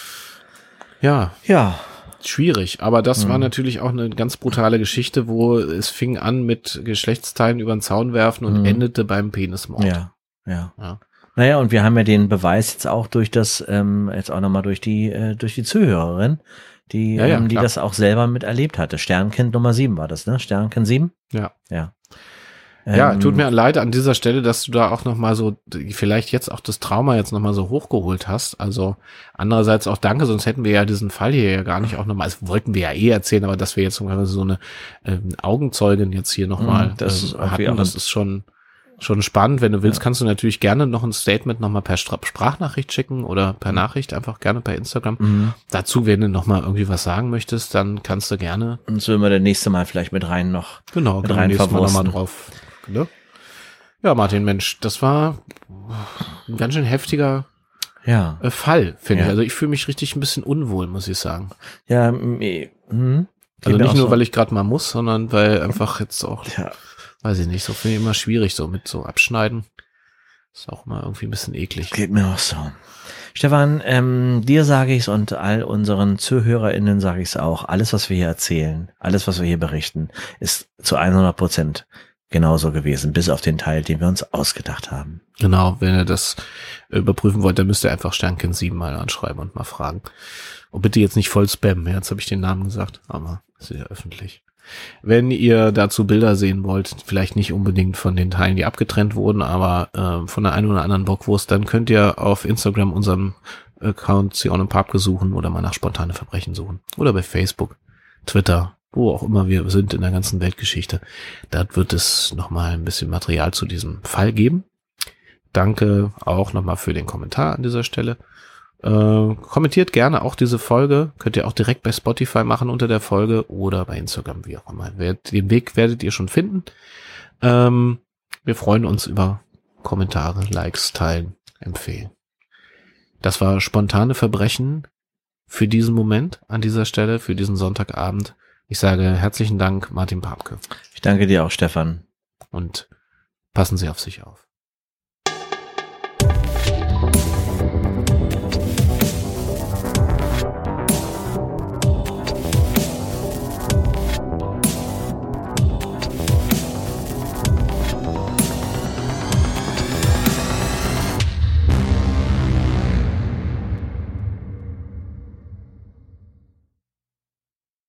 Ja. Ja. Schwierig, aber das mhm. war natürlich auch eine ganz brutale Geschichte, wo es fing an mit Geschlechtsteilen über den Zaun werfen und mhm. endete beim Penismord. Ja, ja, ja. Naja, und wir haben ja den Beweis jetzt auch durch das, ähm, jetzt auch nochmal durch die, äh, durch die Zuhörerin, die, ja, ja, ähm, die das auch selber miterlebt hatte. Sternkind Nummer sieben war das, ne? Sternkind sieben? Ja. Ja. Ja, tut mir leid an dieser Stelle, dass du da auch nochmal so, vielleicht jetzt auch das Trauma jetzt nochmal so hochgeholt hast. Also andererseits auch danke, sonst hätten wir ja diesen Fall hier ja gar nicht auch nochmal, das wollten wir ja eh erzählen, aber dass wir jetzt so eine ähm, Augenzeugin jetzt hier nochmal das ähm, hatten, das ist schon schon spannend. Wenn du willst, ja. kannst du natürlich gerne noch ein Statement nochmal per Sprachnachricht schicken oder per Nachricht, einfach gerne per Instagram. Mhm. Dazu, wenn du nochmal irgendwie was sagen möchtest, dann kannst du gerne. Und so immer der nächste Mal vielleicht mit rein noch. Genau, mit rein nächstes Mal nochmal drauf. Ne? Ja, Martin, Mensch, das war ein ganz schön heftiger ja. äh, Fall, finde ja. ich. Also ich fühle mich richtig ein bisschen unwohl, muss ich sagen. Ja, mh. Also nicht nur, so. weil ich gerade mal muss, sondern weil einfach jetzt auch, ja. weiß ich nicht, so finde ich immer schwierig, so mit so abschneiden. Ist auch mal irgendwie ein bisschen eklig. Geht mir auch so. Stefan, ähm, dir sage ich es und all unseren ZuhörerInnen sage ich es auch. Alles, was wir hier erzählen, alles, was wir hier berichten, ist zu hundert Prozent genauso gewesen, bis auf den Teil, den wir uns ausgedacht haben. Genau, wenn ihr das überprüfen wollt, dann müsst ihr einfach Sternkind sieben mal anschreiben und mal fragen. Und bitte jetzt nicht voll spammen, ja, jetzt habe ich den Namen gesagt, aber es ist ja öffentlich. Wenn ihr dazu Bilder sehen wollt, vielleicht nicht unbedingt von den Teilen, die abgetrennt wurden, aber äh, von der einen oder anderen Bockwurst, dann könnt ihr auf Instagram unserem Account Sion und Papke suchen oder mal nach spontane Verbrechen suchen. Oder bei Facebook, Twitter, wo auch immer wir sind in der ganzen Weltgeschichte. Dort wird es nochmal ein bisschen Material zu diesem Fall geben. Danke auch nochmal für den Kommentar an dieser Stelle. Äh, kommentiert gerne auch diese Folge. Könnt ihr auch direkt bei Spotify machen unter der Folge oder bei Instagram, wie auch immer. Den Weg werdet ihr schon finden. Ähm, wir freuen uns über Kommentare, Likes, Teilen, Empfehlen. Das war spontane Verbrechen für diesen Moment an dieser Stelle, für diesen Sonntagabend. Ich sage herzlichen Dank, Martin Papke. Ich danke dir auch, Stefan. Und passen Sie auf sich auf.